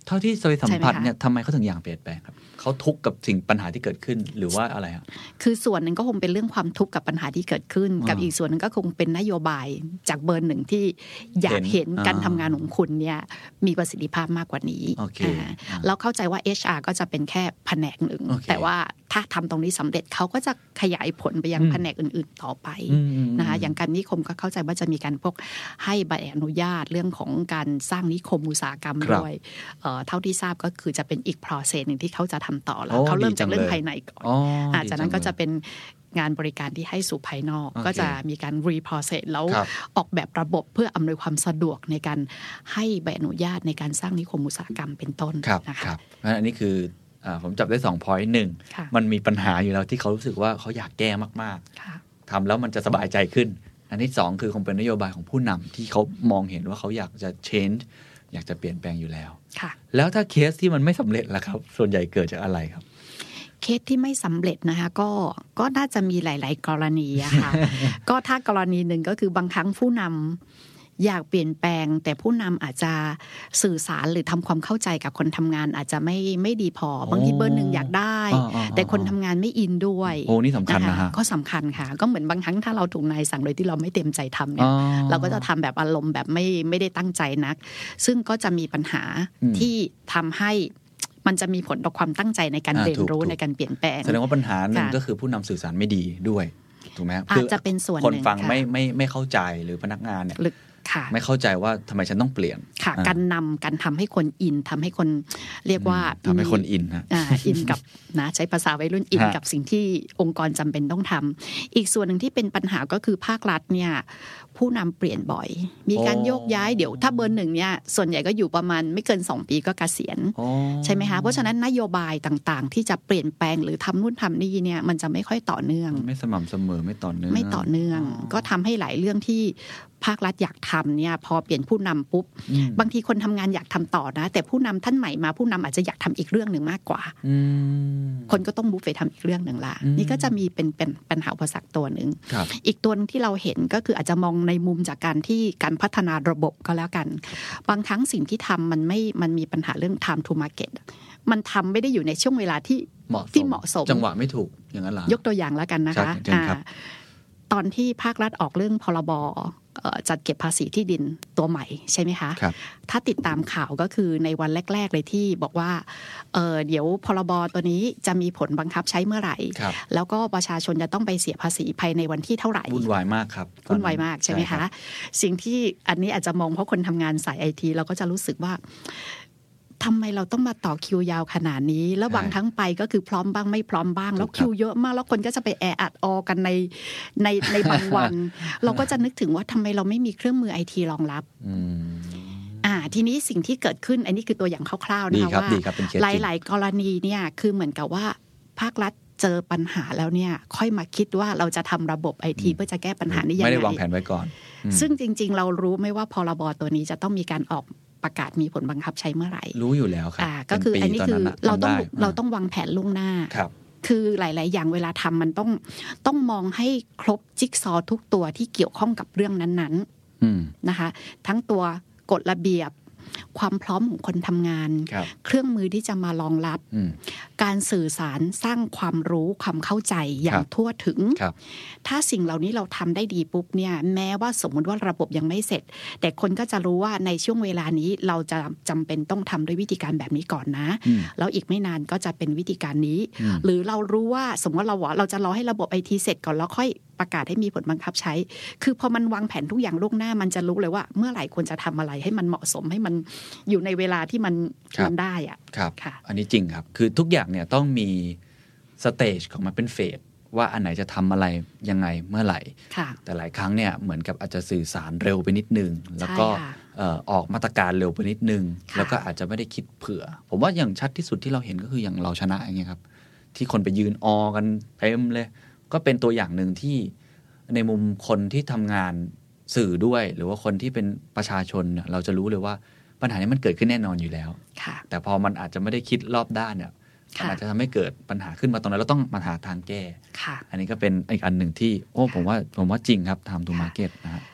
เท่าที่เคยสัมผัสเนี่ยทำไมเขาถึงอยากเปลี่ยนแปลงครับเขาทุกข์กับสิ่งปัญหาที่เกิดขึ้นหรือว่าอะไรครับคือส่วนหนึ่งก็คงเป็นเรื่องความทุกข์กับปัญหาที่เกิดขึ้นกับอีกส่วนหนึ่งก็คงเป็นนโยบายจากเบอร์หนึ่งที่อยากเห็นการทำงานของคุณเนี่ยมีประสิทธิภาพมากกว่านี้แล้วเข้าใจว่า เอช อาร์ ก็จะเป็นแค่แผนกหนึ่งแต่ว่าถ้าทำตรงนี้สำเร็จเขาก็จะขยายผลไปยังแผนกอื่นๆต่อไปนะคะอย่างการนิคมก็เข้าใจว่าจะมีการพวกให้ใบอนุญาตเรื่องของการสร้างนิคมอุตสาหกรรมด้วยเท่าที่ทราบก็คือจะเป็นอีก process หนึ่งที่เขาจะทำต่อแล้วเขาเริ่มจากเรื่องภายในก่อนอาจากนั้นก็จะเป็นงานบริการที่ให้สู่ภายนอกก็จะมีการ reprocess แล้วออกแบบระบบเพื่ออำนวยความสะดวกในการให้ใบอนุญาตในการสร้างนิคมอุตสาหกรรมเป็นต้นนะคะอันนี้คือผมจับได้สอง point หนึ่งมันมีปัญหาอยู่แล้วที่เขารู้สึกว่าเขาอยากแก้มากๆทำแล้วมันจะสบายใจขึ้นอันที่สองคือคงเป็นนโยบายของผู้นำที่เขามองเห็นว่าเขาอยากจะ change อยากจะเปลี่ยนแปลงอยู่แล้วแล้วถ้าเคสที่มันไม่สำเร็จล่ะครับส่วนใหญ่เกิดจากอะไรครับเคสที่ไม่สำเร็จนะคะก็ก็น่าจะมีหลายๆกรณีอะค่ะ ก็ถ้ากรณีหนึ่งก็คือบางครั้งผู้นำอยากเปลี่ยนแปลงแต่ผู้นำอาจจะสื่อสารหรือทำความเข้าใจกับคนทำงานอาจจะไม่ไม่ดีพอบางทีเบอร์หนึ่งอยากได้แต่คนทำงานไม่อินด้วยโอ้นี่สำคัญนะฮะก็สำคัญค่ะก็เหมือนบางครั้งถ้าเราถูกนายสั่งโดยที่เราไม่เต็มใจทำเนี่ยเราก็จะทำแบบอารมณ์แบบไม่ไม่ได้ตั้งใจนักซึ่งก็จะมีปัญหาที่ทำให้มันจะมีผลต่อความตั้งใจในการเรียนรู้ในการเปลี่ยนแปลงแสดงว่าปัญหาหนึ่งก็คือผู้นำสื่อสารไม่ดีด้วยถูกไหมอาจจะเป็นส่วนหนึ่งคนฟังไม่ไม่ไม่เข้าใจหรือพนักงานเนี่ยไม่เข้าใจว่าทำไมฉันต้องเปลี่ยนค่ะการนำการทำให้คนอินทำให้คนเรียกว่าทำให้คนอินนะอินกับนะใช้ภาษาวัยรุ่นอินกับสิ่งที่องค์กรจำเป็นต้องทำอีกส่วนหนึ่งที่เป็นปัญหาก็คือภาครัฐเนี่ยผู้นำเปลี่ยนบ่อยมีการโยกย้ายเดี๋ยวถ้าเบอร์หนึ่งเนี่ยส่วนใหญ่ก็อยู่ประมาณไม่เกินสองปีก็เกษียณใช่ไหมคะเพราะฉะนั้นนโยบายต่างๆที่จะเปลี่ยนแปลงหรือทำนู่นทำนี่เนี่ยมันจะไม่ค่อยต่อเนื่องไม่สม่ำเสมอไม่ต่อเนื่องไม่ต่อเนื่องก็ทำให้หลายเรื่องที่ภาครัฐอยากทำเนี่ยพอเปลี่ยนผู้นำปุ๊บบางทีคนทำงานอยากทำต่อนะแต่ผู้นำท่านใหม่มาผู้นำอาจจะอยากทำอีกเรื่องหนึ่งมากกว่าคนก็ต้องบุฟเฟ่ทำอีกเรื่องหนึ่งละนี่ก็จะมีเป็นเป็นปัญหาอุปสรรคตัวหนึ่งอีกตัวนึงที่เราเห็นก็คืออาจจะมองในมุมจากการที่การพัฒนาระบบก็แล้วกันบางครั้งสิ่งที่ทำมันไม่มันมีปัญหาเรื่อง time to market มันทำไม่ได้อยู่ในช่วงเวลาที่ที่เหมาะสมจังหวะไม่ถูกอย่างนั้นหรอยกตัวอย่างแล้วกันนะคะตอนที่ภาครัฐออกเรื่องพรบจัดเก็บภาษีที่ดินตัวใหม่ใช่ไหมคะถ้าติดตามข่าวก็คือในวันแรกๆเลยที่บอกว่า เ, เดี๋ยวพรบตัวนี้จะมีผลบังคับใช้เมื่อไหร่แล้วก็ประชาชนจะต้องไปเสียภาษีภายในวันที่เท่าไหร่วุ่นวายมากครับวุ่นวายมากใช่ไหมคะสิ่งที่อันนี้อาจจะมองเพราะคนทำงานสายไอทีเราก็จะรู้สึกว่าทำไมเราต้องมาต่อคิวยาวขนาดนี้แล้วบางทั้งไปก็คือพร้อมบ้างไม่พร้อมบ้างแล้วคิวเยอะมากแล้วคนก็จะไปแออัดออกันในในในบางวัน เราก็จะนึกถึงว่าทำไมเราไม่มีเครื่องมือไอทีรองรับอ่าทีนี้สิ่งที่เกิดขึ้นอันนี้คือตัวอย่างคร่าวๆนะคะว่าหลายๆกรณีเนี่ยคือเหมือนกับว่าภาครัฐเจอปัญหาแล้วเนี่ยค่อยมาคิดว่าเราจะทำระบบไอทีเพื่อจะแก้ปัญหานี้ยังไงไม่ได้วางแผนไว้ก่อนซึ่งจริงๆเรารู้ไหมว่าพรบตัวนี้จะต้องมีการออกประกาศมีผลบังคับใช้เมื่อไหร่รู้อยู่แล้วครับก็คืออันนี้คือเราต้องเราต้องวางแผนล่วงหน้าคือหลายๆอย่างเวลาทำมันต้องต้องมองให้ครบจิ๊กซอว์ทุกตัวที่เกี่ยวข้องกับเรื่องนั้นๆนะคะทั้งตัวกฎระเบียบความพร้อมของคนทำงานเครื่องมือที่จะมารองรับการสื่อสารสร้างความรู้ความเข้าใจอย่างทั่วถึงถ้าสิ่งเหล่านี้เราทำได้ดีปุ๊บเนี่ยแม้ว่าสมมติว่าระบบยังไม่เสร็จแต่คนก็จะรู้ว่าในช่วงเวลานี้เราจะจำเป็นต้องทำด้วยวิธีการแบบนี้ก่อนนะแล้วอีกไม่นานก็จะเป็นวิธีการนี้หรือเรารู้ว่าสมมติเราว่าเราจะรอให้ระบบไอทีเสร็จก่อนแล้วค่อยประกาศให้มีผลบังคับใช้คือพอมันวางแผนทุกอย่างล่วงหน้ามันจะรู้เลยว่าเมื่อไหร่ควรจะทำอะไรให้มันเหมาะสมให้มันอยู่ในเวลาที่มันมันได้อ่ะครับอันนี้จริงครับคือทุกอย่างเนี่ยต้องมีสเตจของมันเป็นเฟสว่าอันไหนจะทำอะไรยังไงเมื่อไหร่แต่หลายครั้งเนี่ยเหมือนกับอาจจะสื่อสารเร็วไปนิดนึงแล้วก็ออกมาตรการเร็วไปนิดนึงแล้วก็อาจจะไม่ได้คิดเผื่อผมว่าอย่างชัดที่สุดที่เราเห็นก็คืออย่างเราชนะอย่างเงี้ยครับที่คนไปยืนออกันเต็มเลยก็เป็นตัวอย่างหนึ่งที่ในมุมคนที่ทำงานสื่อด้วยหรือว่าคนที่เป็นประชาชนเนี่ยเราจะรู้เลยว่าปัญหานี้มันเกิดขึ้นแน่นอนอยู่แล้วแต่พอมันอาจจะไม่ได้คิดรอบด้านเนี่ยมันอาจจะทำให้เกิดปัญหาขึ้นมาตรงนั้นเราต้องมาหาทางแก้อันนี้ก็เป็นอีกอันหนึ่งที่โอ้ผมว่าผมว่าจริงครับ time to market นะฮะ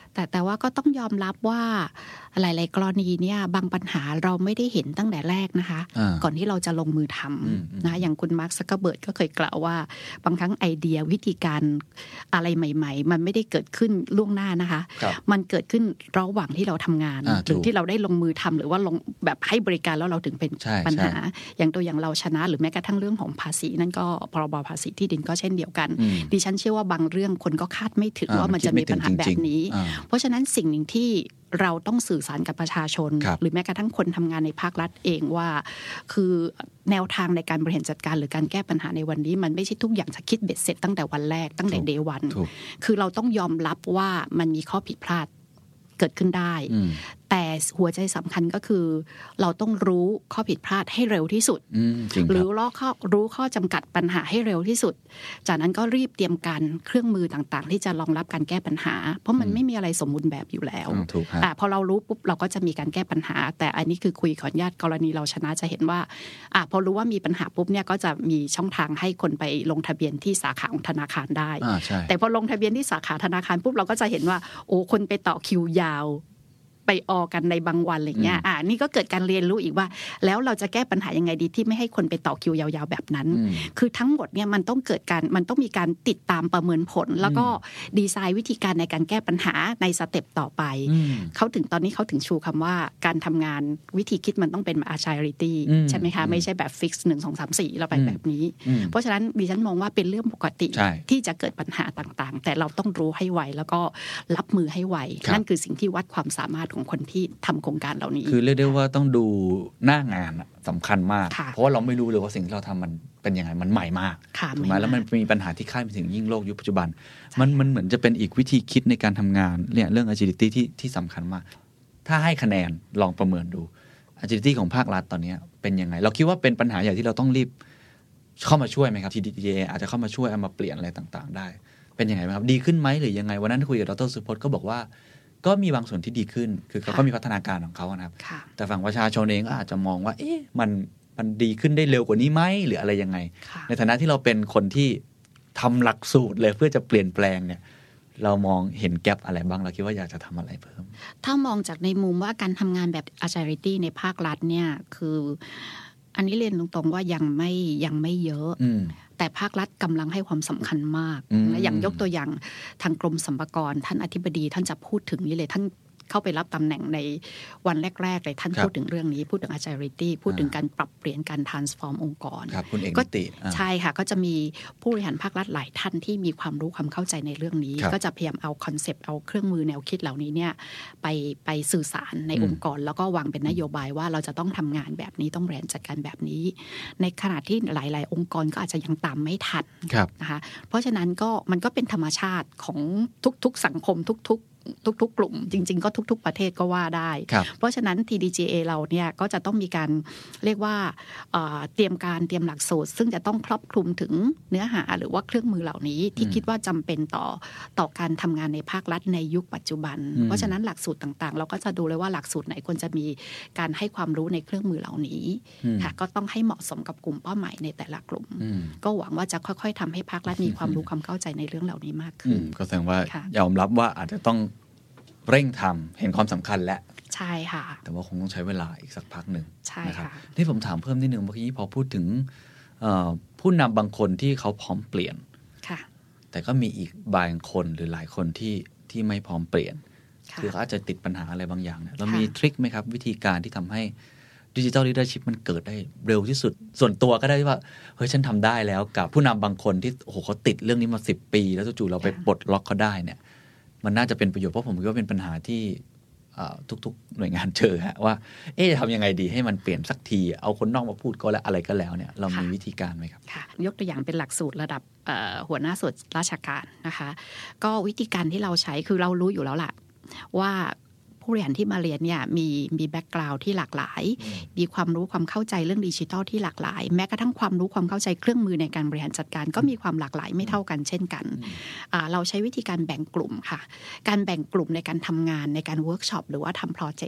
แต่แต่ว่าก็ต้องยอมรับว่าหลายๆกรณีเนี่ยบางปัญหาเราไม่ได้เห็นตั้งแต่แรกนะคะก่อนที่เราจะลงมือทำนะอย่างคุณมาร์ค ซักเคอร์เบิร์กก็เคยกล่าวว่าบางครั้งไอเดียวิธีการอะไรใหม่ๆมันไม่ได้เกิดขึ้นล่วงหน้านะคะมันเกิดขึ้นระหว่างที่เราทำงานหรือที่เราได้ลงมือทำหรือว่าลงแบบให้บริการแล้วเราถึงเป็นปัญหาอย่างตัวอย่างเราชนะหรือแม้กระทั่งเรื่องของภาษีนั่นก็พรบภาษีที่ดินก็เช่นเดียวกันดิฉันเชื่อว่าบางเรื่องคนก็คาดไม่ถึงว่ามันจะมีปัญหาแบบนี้เพราะฉะนั้นสิ่งหนึ่งที่เราต้องสื่อสารกับประชาชนหรือแม้กระทั่งคนทำงานในภาครัฐเองว่าคือแนวทางในการบริหารจัดการหรือการแก้ปัญหาในวันนี้มันไม่ใช่ทุกอย่างจะคิดเบ็ดเสร็จตั้งแต่วันแรกตั้งแต่เดย์วันคือเราต้องยอมรับว่ามันมีข้อผิดพลาดเกิดขึ้นได้แต่หัวใจสำคัญก็คือเราต้องรู้ข้อผิดพลาดให้เร็วที่สุดหรือรู้ข้อรู้ข้อจำกัดปัญหาให้เร็วที่สุดจากนั้นก็รีบเตรียมการเครื่องมือต่างๆที่จะรองรับการแก้ปัญหาเพราะมันไม่มีอะไรสมบูรณ์แบบอยู่แล้วอ่าพอเรารู้ปุ๊บเราก็จะมีการแก้ปัญหาแต่อันนี้คือคุยขออนุญาตกรณีเราชนะจะเห็นว่าอ่าพอรู้ว่ามีปัญหาปุ๊บเนี่ยก็จะมีช่องทางให้คนไปลงทะเบียนที่สาขาของธนาคารได้แต่พอลงทะเบียนที่สาขาธนาคารปุ๊บเราก็จะเห็นว่าโอ้คนไปต่อคิวยาวไปออกันในบางวันอะไรเงี้ยอ่านี่ก็เกิดการเรียนรู้อีกว่าแล้วเราจะแก้ปัญหายังไงดีที่ไม่ให้คนไปต่อคิวยาวๆแบบนั้นคือทั้งหมดเนี่ยมันต้องเกิดการมันต้องมีการติดตามประเมินผลแล้วก็ดีไซน์วิธีการในการแก้ปัญหาในสเต็ปต่อไปเขาถึงตอนนี้เขาถึงชูคำว่าการทำงานวิธีคิดมันต้องเป็น agility ใช่ไหมคะไม่ใช่แบบ fix หนึ่ง สอง สาม สี่เราไปแบบนี้เพราะฉะนั้นดิฉันมองว่าเป็นเรื่องปกติที่จะเกิดปัญหาต่างๆแต่เราต้องรู้ให้ไวแล้วก็รับมือให้ไวนั่นคือสิ่งที่วัดความสามารถของคนที่ทำโครงการเหล่านี้คือเรียกได้ว่าต้องดูหน้างานสำคัญมากเพราะว่าเราไม่รู้เลยว่าสิ่งที่เราทำมันเป็นยังไงมันใหม่มากถูกไหมแล้วมันมีปัญหาที่คาดไม่ถึงยิ่งโลกยุคปัจจุบันมันมันเหมือนจะเป็นอีกวิธีคิดในการทำงานเนี่ยเรื่อง agility ที่ที่สำคัญมากถ้าให้คะแนนลองประเมินดู agility ของภาครัฐตอนนี้เป็นยังไงเราคิดว่าเป็นปัญหาใหญ่ที่เราต้องรีบเข้ามาช่วยไหมครับ ที ดี เจ อาจจะเข้ามาช่วยเอามาเปลี่ยนอะไรต่างๆได้เป็นยังไงครับดีขึ้นไหมหรือยังไงวันนั้นคุยกับดร.สุพจน์ก็บอกว่าก็มีบางส่วนที่ดีขึ้นคือเขาก็มีพัฒนาการของเขานะครับแต่ฝั่งประชาชนเองก็อาจจะมองว่าเอ๊ะมันมันดีขึ้นได้เร็วกว่านี้ไหมหรืออะไรยังไงในฐานะที่เราเป็นคนที่ทำหลักสูตรเลยเพื่อจะเปลี่ยนแปลงเนี่ยเรามองเห็นแกปอะไรบ้างเราคิดว่าอยากจะทำอะไรเพิ่มถ้ามองจากในมุมว่าการทำงานแบบ agility ในภาครัฐเนี่ยคืออันนี้เรียนตรงๆว่ายังไม่ยังไม่เยอะแต่ภาครัฐกำลังให้ความสำคัญมากนะอย่างยกตัวอย่างทางกรมสรรพากรท่านอธิบดีท่านจะพูดถึงนี้เลยท่านเข้าไปรับตำแหน่งในวันแรกๆเลยท่านพูดถึงเรื่องนี้พูดถึง agility พูดถึงการปรับเปลี่ยนการ transform องค์กรก็ใช่ค่ะก็จะมีผู้บริหารภาครัฐหลายท่านที่มีความรู้ความเข้าใจในเรื่องนี้ก็จะพยายามเอาคอนเซปต์เอาเครื่องมือแนวคิดเหล่านี้เนี่ยไปไปสื่อสารในองค์กรแล้วก็วางเป็นนโยบายว่าเราจะต้องทำงานแบบนี้ต้องบริหารจัดการแบบนี้ในขณะที่หลายๆองค์กรก็อาจจะยังตามไม่ทันนะคะเพราะฉะนั้นก็มันก็เป็นธรรมชาติของทุกๆสังคมทุกๆทุกๆกลุ่มจริงๆก็ทุกๆประเทศก็ว่าได้เพราะฉะนั้น ที ดี จี เอ เราเนี่ยก็จะต้องมีการเรียกว่าเตรียมการเตรียมหลักสูตรซึ่งจะต้องครอบคลุมถึงเนื้อหาหรือว่าเครื่องมือเหล่านี้ที่คิดว่าจำเป็นต่อต่อการทำงานในภาครัฐในยุคปัจจุบันเพราะฉะนั้นหลักสูตรต่างๆเราก็จะดูเลยว่าหลักสูตรไหนควรจะมีการให้ความรู้ในเครื่องมือเหล่านี้ค่ะก็ต้องให้เหมาะสมกับกลุ่มเป้าหมายในแต่ละกลุ่มก็หวังว่าจะค่อยๆทำให้ภาครัฐมีความรู้ความเข้าใจในเรื่องเหล่านี้มากขึ้นก็แสดงว่ายอมรับว่าอาจจะต้องเร่งทำเห็นความสำคัญแล้วใช่ค่ะแต่ว่าคงต้องใช้เวลาอีกสักพักหนึ่งใช่นะครับค่ะนี่ผมถามเพิ่มนิดนึงเมื่อกี้พอพูดถึงผู้นำบางคนที่เขาพร้อมเปลี่ยนค่ะแต่ก็มีอีกบางคนหรือหลายคนที่ที่ไม่พร้อมเปลี่ยนคือเขาอาจจะติดปัญหาอะไรบางอย่างเนี่ยเรามีทริคไหมครับวิธีการที่ทำให้ดิจิทัลลีดเดอร์ชิพมันเกิดได้เร็วที่สุดส่วนตัวก็ได้ว่าเฮ้ยฉันทำได้แล้วกับผู้นำบางคนที่โอ้โหเขาติดเรื่องนี้มาสิบปีแล้วจู่ๆเราไปปลดล็อกเขาได้เนี่ยมันน่าจะเป็นประโยชน์เพราะผมคิดว่าเป็นปัญหาที่ทุกๆหน่วยงานเจอฮะว่าเอ๊ะจะทำยังไงดีให้มันเปลี่ยนสักทีเอาคนนอกมาพูดก็แล้วอะไรก็แล้วเนี่ยเรามีวิธีการไหมครับค่ะยกตัวอย่างเป็นหลักสูตรระดับหัวหน้าส่วนราชการนะคะก็วิธีการที่เราใช้คือเรารู้อยู่แล้วล่ะว่าผู้บริหารที่มาเรียนเนี่ยมีมีแบ็กกราวด์ที่หลากหลายมีความรู้ความเข้าใจเรื่องดิจิทัลที่หลากหลายแม้กระทั่งความรู้ความเข้าใจเครื่องมือในการบริหารจัดการก็มีความหลากหลายไม่เท่ากันเช่นกันเราใช้วิธีการแบ่งกลุ่มค่ะการแบ่งกลุ่มในการทำงานในการเวิร์กช็อปหรือว่าทำโปรเจกต์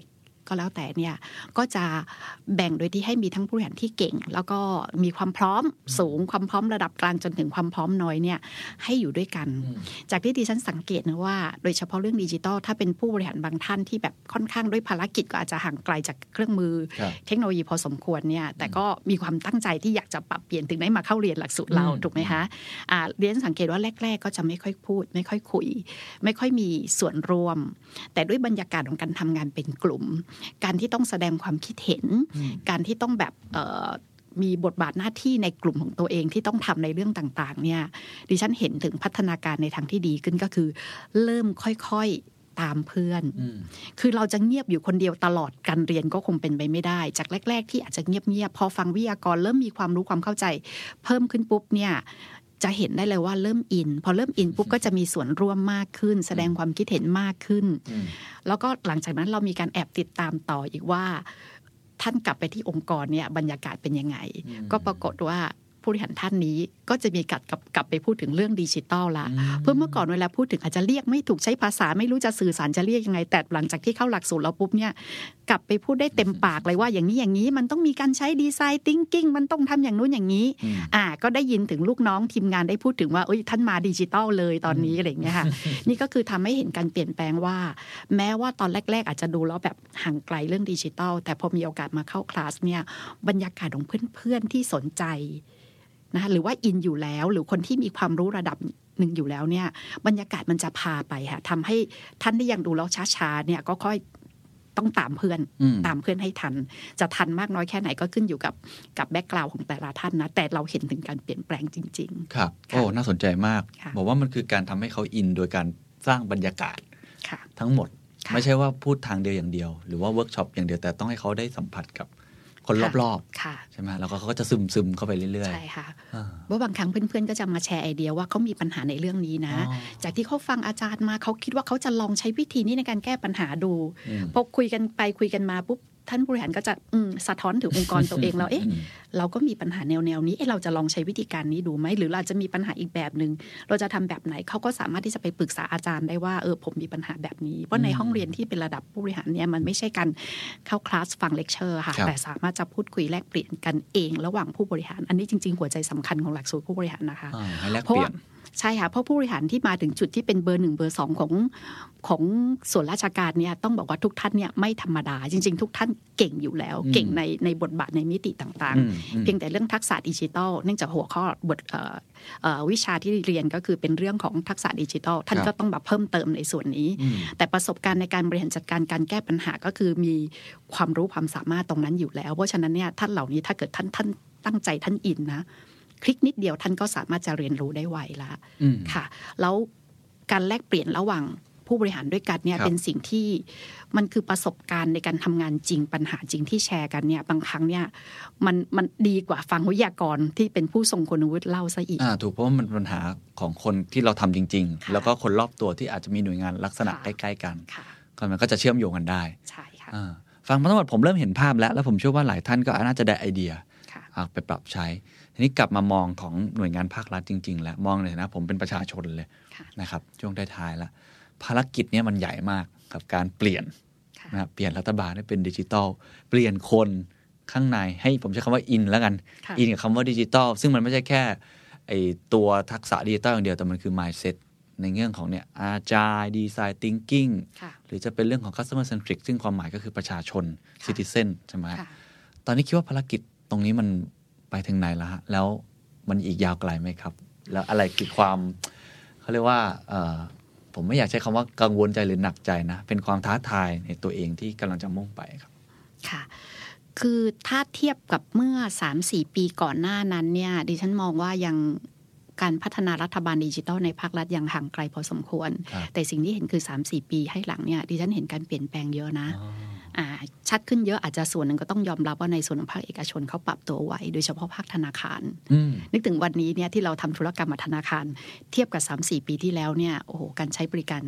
ก็แล้วแต่เนี่ยก็จะแบ่งโดยที่ให้มีทั้งผู้บริหารที่เก่งแล้วก็มีความพร้อมสูงความพร้อมระดับกลางจนถึงความพร้อมน้อยเนี่ยให้อยู่ด้วยกันจากที่ดิฉันสังเกตนะว่าโดยเฉพาะเรื่องดิจิทัลถ้าเป็นผู้บริหารบางท่านที่แบบค่อนข้างด้วยภารกิจก็อาจจะห่างไกลจากเครื่องมือเทคโนโลยีพอสมควรเนี่ยแต่ก็มีความตั้งใจที่อยากจะปรับเปลี่ยนถึงได้มาเข้าเรียนหลักสูตรเราถูกไหมคะอ่าเรียนสังเกตว่าแรกๆก็จะไม่ค่อยพูดไม่ค่อยคุยไม่ค่อยมีส่วนร่วมแต่ด้วยบรรยากาศของการทำงานเป็นกลุ่มการที่ต้องแสดงความคิดเห็นการที่ต้องแบบมีบทบาทหน้าที่ในกลุ่มของตัวเองที่ต้องทำในเรื่องต่างๆเนี่ยดิฉันเห็นถึงพัฒนาการในทางที่ดีขึ้นก็คือเริ่มค่อยๆตามเพื่อนคือเราจะเงียบอยู่คนเดียวตลอดการเรียนก็คงเป็นไปไม่ได้จากแรกๆที่อาจจะเงียบๆพอฟังวิทยากรเริ่มมีความรู้ความเข้าใจเพิ่มขึ้นปุ๊บเนี่ยจะเห็นได้เลยว่าเริ่มอินพอเริ่มอินปุ๊บก็จะมีส่วนร่วมมากขึ้นแสดงความคิดเห็นมากขึ้นแล้วก็หลังจากนั้นเรามีการแอบติดตามต่ออีกว่าท่านกลับไปที่องค์กรเนี่ยบรรยากาศเป็นยังไงก็ปรากฏว่าผู้บริหารท่านนี้ก็จะมีกัดกับกลับไปพูดถึงเรื่องดิจิทัลละเพื่อเมื่อก่อนเวลาพูดถึงอาจจะเรียกไม่ถูกใช้ภาษาไม่รู้จะสื่อสารจะเรียกยังไงแต่หลังจากที่เข้าหลักสูตรเราปุ๊บเนี่ยกลับไปพูดได้เต็มปากเลยว่าอย่างนี้อย่างนี้มันต้องมีการใช้ดีไซน์ทิงกิ้งมันต้องทำอย่างนู้นอย่างนี้อ่าก็ได้ยินถึงลูกน้องทีมงานได้พูดถึงว่าเอ้ยท่านมาดิจิทัลเลยตอนนี้อะไรอย่างเงี้ยค่ะ นี่ก็คือทำให้เห็นการเปลี่ยนแปลงว่าแม้ว่าตอนแรกๆอาจจะดูแล้วแบบห่างไกลเรื่องดิจิทัลแต่พอมีโอกาสมาเข้าคลาสเนี่ยบรรยากาศของเพื่อนๆที่สนใจนะหรือว่าอินอยู่แล้วหรือคนที่มีความรู้ระดับหนึ่งอยู่แล้วเนี่ยบรรยากาศมันจะพาไปค่ะทำให้ท่านที่ยังดูแล้วช้าๆเนี่ยก็ค่อยต้องตามเพื่อนตามเพื่อนให้ทันจะทันมากน้อยแค่ไหนก็ขึ้นอยู่กับกับแบ็กกราวด์ของแต่ละท่านนะแต่เราเห็นถึงการเปลี่ยนแปลงจริงๆครับโอ้น่าสนใจมากบอกว่ามันคือการทำให้เขาอินโดยการสร้างบรรยากาศทั้งหมดไม่ใช่ว่าพูดทางเดียวอย่างเดียวหรือว่าเวิร์กช็อปอย่างเดียวแต่ต้องให้เขาได้สัมผัสกับคนรอบๆใช่ไหมแล้วก็เขาก็จะซึมซึมเข้าไปเรื่อยๆใช่ค่ะว่าบางครั้งเพื่อนๆก็จะมาแชร์ไอเดียว่าเขามีปัญหาในเรื่องนี้นะจากที่เขาฟังอาจารย์มาเขาคิดว่าเขาจะลองใช้วิธีนี้ในการแก้ปัญหาดูพอคุยกันไปคุยกันมาปุ๊บท่านบริหารก็จะสะท้อนถึงองค์กรตัวเองแล้วเอ๊ะเราก็มีปัญหาแนวแนวนี้เอ๊ะเราจะลองใช้วิธีการนี้ดูไหมหรือเราจะมีปัญหาอีกแบบนึงเราจะทำแบบไหนเขาก็สามารถที่จะไปปรึกษาอาจารย์ได้ว่าเออผมมีปัญหาแบบนี้เพราะในห้องเรียนที่เป็นระดับผู้บริหารเนี่ยมันไม่ใช่การเข้าคลาสฟังเลคเชอร์ค่ะแต่สามารถจะพูดคุยแลกเปลี่ยนกันเองระหว่างผู้บริหารอันนี้จริงๆหัวใจสำคัญของหลักสูตรผู้บริหารนะคะเพราะใช่ค่ะเพราะผู้บริหารที่มาถึงจุดที่เป็นเบอร์หนึ่งเบอร์สองของของส่วนราชการเนี่ยต้องบอกว่าทุกท่านเนี่ยไม่ธรรมดาจริงๆทุกท่านเก่งอยู่แล้วเก่งในในบทบาทในมิติต่างๆเพียงแต่เรื่องทักษะดิจิทัลเนื่องจากหัวข้อบทวิชาที่เรียนก็คือเป็นเรื่องของทักษะดิจิทัลท่านก็ต้องแบบเพิ่มเติมในส่วนนี้แต่ประสบการณ์ในการบริหารจัดการการแก้ปัญหาก็คือมีความรู้ความสามารถตรงนั้นอยู่แล้วเพราะฉะนั้นเนี่ยท่านเหล่านี้ถ้าเกิดท่านท่านตั้งใจท่านอินนะคลิกนิดเดียวท่านก็สามารถจะเรียนรู้ได้ไวละค่ะแล้วการแลกเปลี่ยนระหว่างผู้บริหารด้วยกันเนี่ยเป็นสิ่งที่มันคือประสบการณ์ในการทำงานจริงปัญหาจริงที่แชร์กันเนี่ยบางครั้งเนี่ยมันมันดีกว่าฟังวิทยากรที่เป็นผู้ทรงคุณวุฒิเล่าซะอีกอ่าถูกเพราะว่ามันปัญหาของคนที่เราทำจริงๆแล้วก็คนรอบตัวที่อาจจะมีหน่วยงานลักษณะใกล้ๆกันก็มันก็จะเชื่อมโยงกันได้ใช่ค่ะฟังมาทั้งหมดผมเริ่มเห็นภาพแล้วแล้วผมเชื่อว่าหลายท่านก็น่าจะได้ไอเดียไปปรับใช้ทีนี้กลับมามองของหน่วยงานภาครัฐจริงๆแล้วมองเลยนะผมเป็นประชาชนเลยนะครับช่วงท้ายๆแล้วภารกิจนี้มันใหญ่มากกับการเปลี่ยนนะครับเปลี่ยนรัฐบาลให้เป็นดิจิทัลเปลี่ยนคนข้างในให้ผมใช้คำว่าอินแล้วกันอินกับคำว่าดิจิทัลซึ่งมันไม่ใช่แค่ไอตัวทักษะดิจิทัลอย่างเดียวแต่มันคือ mindset ในเรื่องของเนี่ย agile design thinking หรือจะเป็นเรื่องของ customer centric ซึ่งความหมายก็คือประชาชน citizen ใช่ไหมตอนนี้คิดว่าภารกิจตรงนี้มันไปถึงไหนแล้วฮะแล้วมันอีกยาวไกลไหมครับแล้วอะไรคือความเขาเรียกว่าผมไม่อยากใช้คำว่ากังวลใจหรือหนักใจนะเป็นความท้าทายในตัวเองที่กำลังจะมุ่งไปครับค่ะคือถ้าเทียบกับเมื่อ สามถึงสี่ ปีก่อนหน้านั้นเนี่ยดิฉันมองว่ายังการพัฒนารัฐบาลดิจิทัลในภาครัฐยังห่างไกลพอสมควรแต่สิ่งที่เห็นคือ สามถึงสี่ ปีให้หลังเนี่ยดิฉันเห็นการเปลี่ยนแปลงเยอะนะชัดขึ้นเยอะอาจจะส่วนหนึ่งก็ต้องยอมรับว่าในส่วนของภาคเอกชนเขาปรับตัวไว้โดยเฉพาะภาคธนาคารนึกถึงวันนี้เนี่ยที่เราทำธุรกรรมกับธนาคารเทียบกับ สามถึงสี่ ปีที่แล้วเนี่ยโอ้โหการใช้บริการ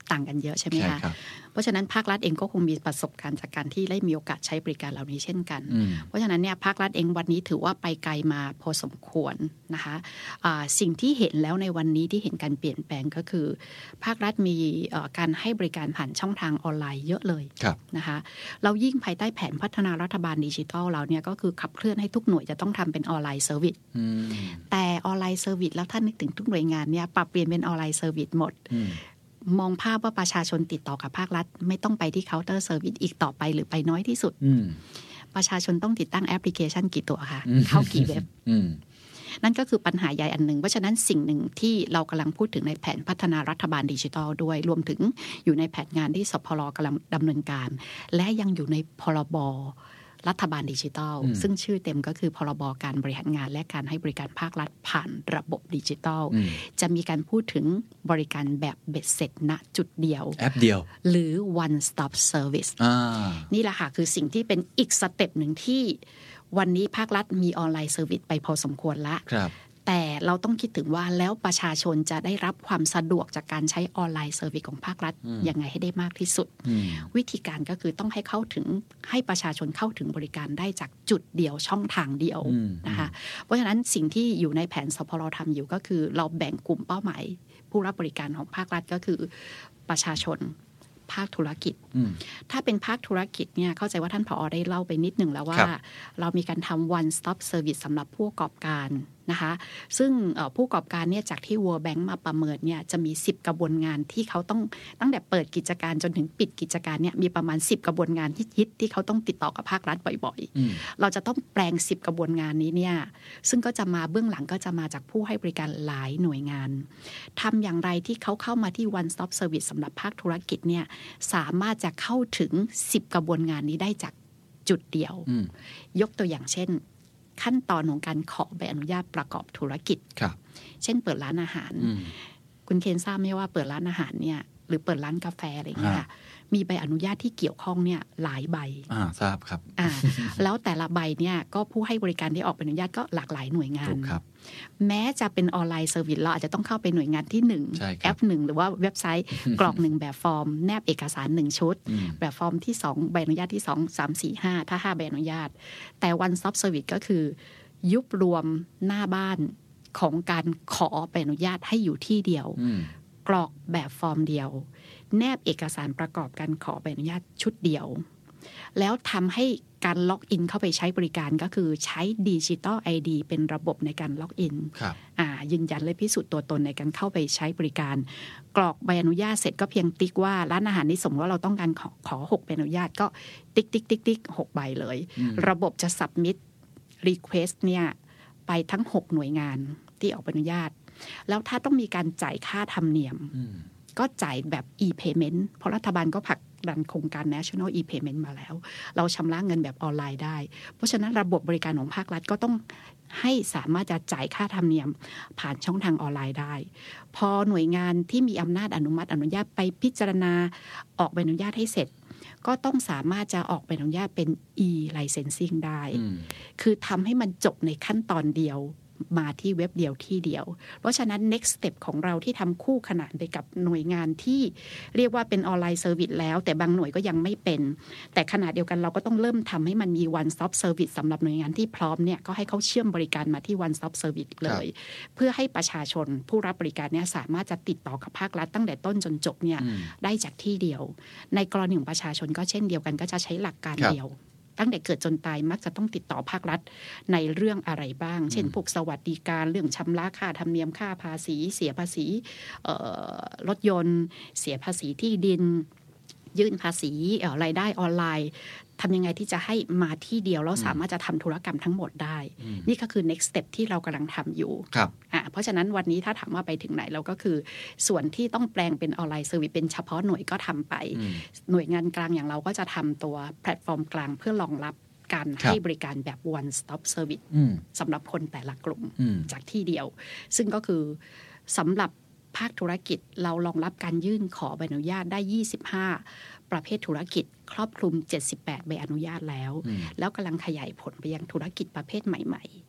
ต่างกันเยอะใช่ไหมคะเพราะฉะนั้นภาครัฐเองก็คงมีประสบการณ์จากการที่ได้มีโอกาสใช้บริการเหล่านี้เช่นกันเพราะฉะนั้นเนี่ยภาครัฐเองวันนี้ถือว่าไปไกลมาพอสมควรนะคะะสิ่งที่เห็นแล้วในวันนี้ที่เห็นการเปลี่ยนแปลงก็คือภาครัฐมีการให้บริการผ่านช่องทางออนไลน์เยอะเลยนะคะเรายิ่งภายใต้แผนพัฒนารัฐบาลดิจิทัลเราเนี่ยก็คือขับเคลื่อนให้ทุกหน่วยจะต้องทำเป็นออนไลน์เซอร์วิสแต่ออนไลน์เซอร์วิสแล้วถ้านึกถึงทุกหน่วยงานเนี่ยปรับเปลี่ยนเป็นออนไลน์เซอร์วิสหมดมองภาพว่าประชาชนติดต่อกับภาครัฐไม่ต้องไปที่เคาน์เตอร์เซอร์วิสอีกต่อไปหรือไปน้อยที่สุดประชาชนต้องติดตั้งแอปพลิเคชันกี่ตัวคะเข้ากี่เว็บนั่นก็คือปัญหาใหญ่อันหนึ่งเพราะฉะนั้นสิ่งหนึ่งที่เรากำลังพูดถึงในแผนพัฒนารัฐบาลดิจิทัลด้วยรวมถึงอยู่ในแผนงานที่สพลกำลังดำเนินการและยังอยู่ในพรบรัฐบาลดิจิทัลซึ่งชื่อเต็มก็คือพรบการบริหารงานและการให้บริการภาครัฐผ่านระบบดิจิทัลจะมีการพูดถึงบริการแบบเบ็ดเสร็จณจุดเดียวแอปเดียวหรือ one stop service นี่แหละค่ะคือสิ่งที่เป็นอีกสเต็ปหนึ่งที่วันนี้ภาครัฐมีออนไลน์เซอร์วิสไปพอสมควรละแต่เราต้องคิดถึงว่าแล้วประชาชนจะได้รับความสะดวกจากการใช้ออนไลน์เซอร์วิสของภาครัฐยังไงให้ได้มากที่สุดวิธีการก็คือต้องให้เข้าถึงให้ประชาชนเข้าถึงบริการได้จากจุดเดียวช่องทางเดียวนะคะเพราะฉะนั้นสิ่งที่อยู่ในแผนสพลทำอยู่ก็คือเราแบ่งกลุ่มเป้าหมายผู้รับบริการของภาครัฐก็คือประชาชนภาคธุรกิจถ้าเป็นภาคธุรกิจเนี่ยเข้าใจว่าท่านผอ.ได้เล่าไปนิดหนึ่งแล้วว่าเรามีการทำ one stop service สำหรับผู้ประกอบการนะคะซึ่งผู้ประกอบการเนี่ยจากที่ World Bank มาประเมินเนี่ยจะมีสิบกระบวนงานที่เขาต้องตั้งแต่เปิดกิจการจนถึงปิดกิจการเนี่ยมีประมาณสิบกระบวนงานที่ฮิตที่เขาต้องติดต่อกับภาครัฐบ่อยๆเราจะต้องแปลงสิบกระบวนงานนี้เนี่ยซึ่งก็จะมาเบื้องหลังก็จะมาจากผู้ให้บริการหลายหน่วยงานทำอย่างไรที่เขาเข้ามาที่ one stop service สำหรับภาคธุรกิจเนี่ยสามารถจะเข้าถึงสิบกระบวนงานนี้ได้จากจุดเดียวยกตัวอย่างเช่นขั้นตอนของการขอใบอนุญาตประกอบธุรกิจเช่นเปิดร้านอาหารคุณเคนทราบไหมว่าเปิดร้านอาหารเนี่ยหรือเปิดร้านกาแฟอะไรอย่างเงี้ยมีใบอนุญาตที่เกี่ยวข้องเนี่ยหลายใบอ่าทราบครับอ่าแล้วแต่ละใบเนี่ยก็ผู้ให้บริการที่ออกใบอนุญาตก็หลากหลายหน่วยงานแม้จะเป็นออนไลน์เซอร์วิสเราอาจจะต้องเข้าไปหน่วยงานที่หนึ่งแอปหนึ่งหรือว่าเว็บไซต์กรอกหนึ่งแบบฟอร์มแนบเอกสารหนึ่งชุดแบบฟอร์มที่สองใบอนุญาตที่สอง สาม สี่ ห้าถ้าห้าใบอนุญาตแต่ one stop service ก็คือยุบรวมหน้าบ้านของการขอใบอนุญาตให้อยู่ที่เดียวกรอกแบบฟอร์มเดียวแนบเอกสารประกอบการขอใบอนุญาตชุดเดียวแล้วทำให้การล็อกอินเข้าไปใช้บริการก็คือใช้ Digital ไอ ดี เป็นระบบในการล็อกอินยืนยันและพิสูจน์ตัวตนในการเข้าไปใช้บริการกรอกใบอนุญาตเสร็จก็เพียงติ๊กว่าร้านอาหารนี้สมมติว่าเราต้องการขอ, ขอหกใบอนุญาตก็ติ๊กติ๊กติ๊กติ๊กหกใบเลยระบบจะ submit request เนี่ยไปทั้งหกหน่วยงานที่ออกใบอนุญาตแล้วถ้าต้องมีการจ่ายค่าธรรมเนียมก็จ่ายแบบ e-payment เพราะรัฐบาลก็ผลักดันโครงการ National e-payment มาแล้วเราชำระเงินแบบออนไลน์ได้เพราะฉะนั้นระบบบริการของภาครัฐก็ต้องให้สามารถจะจ่ายค่าธรรมเนียมผ่านช่องทางออนไลน์ได้พอหน่วยงานที่มีอำนาจอนุมัติอนุญาตไปพิจารณาออกใบอนุญาตให้เสร็จก็ต้องสามารถจะออกใบอนุญาตเป็น e-licensing ได้คือทำให้มันจบในขั้นตอนเดียวมาที่เว็บเดียวที่เดียวเพราะฉะนั้น next step ของเราที่ทำคู่ขนานไปกับหน่วยงานที่เรียกว่าเป็นออนไลน์เซอร์วิสแล้วแต่บางหน่วยก็ยังไม่เป็นแต่ขณะเดียวกันเราก็ต้องเริ่มทำให้มันมี one stop service สำหรับหน่วยงานที่พร้อมเนี่ยก็ให้เขาเชื่อมบริการมาที่ one stop service เลยเพื่อให้ประชาชนผู้รับบริการเนี่ยสามารถจะติดต่อกับภาครัฐตั้งแต่ต้นจนจบเนี่ยได้จากที่เดียวในกรณีของประชาชนก็เช่นเดียวกันก็จะใช้หลักการเดียวตั้งแต่เกิดจนตายมักจะต้องติดต่อภาครัฐในเรื่องอะไรบ้างเช่นพวกสวัสดิการเรื่องชำระค่าธรรมเนียมค่าภาษีเสียภาษีรถยนต์เสียภาษีที่ดินยื่นภาษีรายได้ออนไลน์ทำยังไงที่จะให้มาที่เดียวแล้วสามารถจะทำธุรกรรมทั้งหมดได้นี่ก็คือ next step ที่เรากำลังทำอยู่เพราะฉะนั้นวันนี้ถ้าถามว่าไปถึงไหนเราก็คือส่วนที่ต้องแปลงเป็นออนไลน์เซอร์วิสเป็นเฉพาะหน่วยก็ทำไปหน่วยงานกลางอย่างเราก็จะทำตัวแพลตฟอร์มกลางเพื่อรองรับการให้บริการแบบ one stop service สำหรับคนแต่ละกลุ่มจากที่เดียวซึ่งก็คือสำหรับภาคธุรกิจเรารองรับการยื่นขอใบอนุญาตได้ยี่สิบห้าประเภทธุรกิจครอบคลุมเจ็ดสิบแปดใบอนุญาตแล้วแล้วกำลังขยายผลไปยังธุรกิจประเภทใหม่ๆ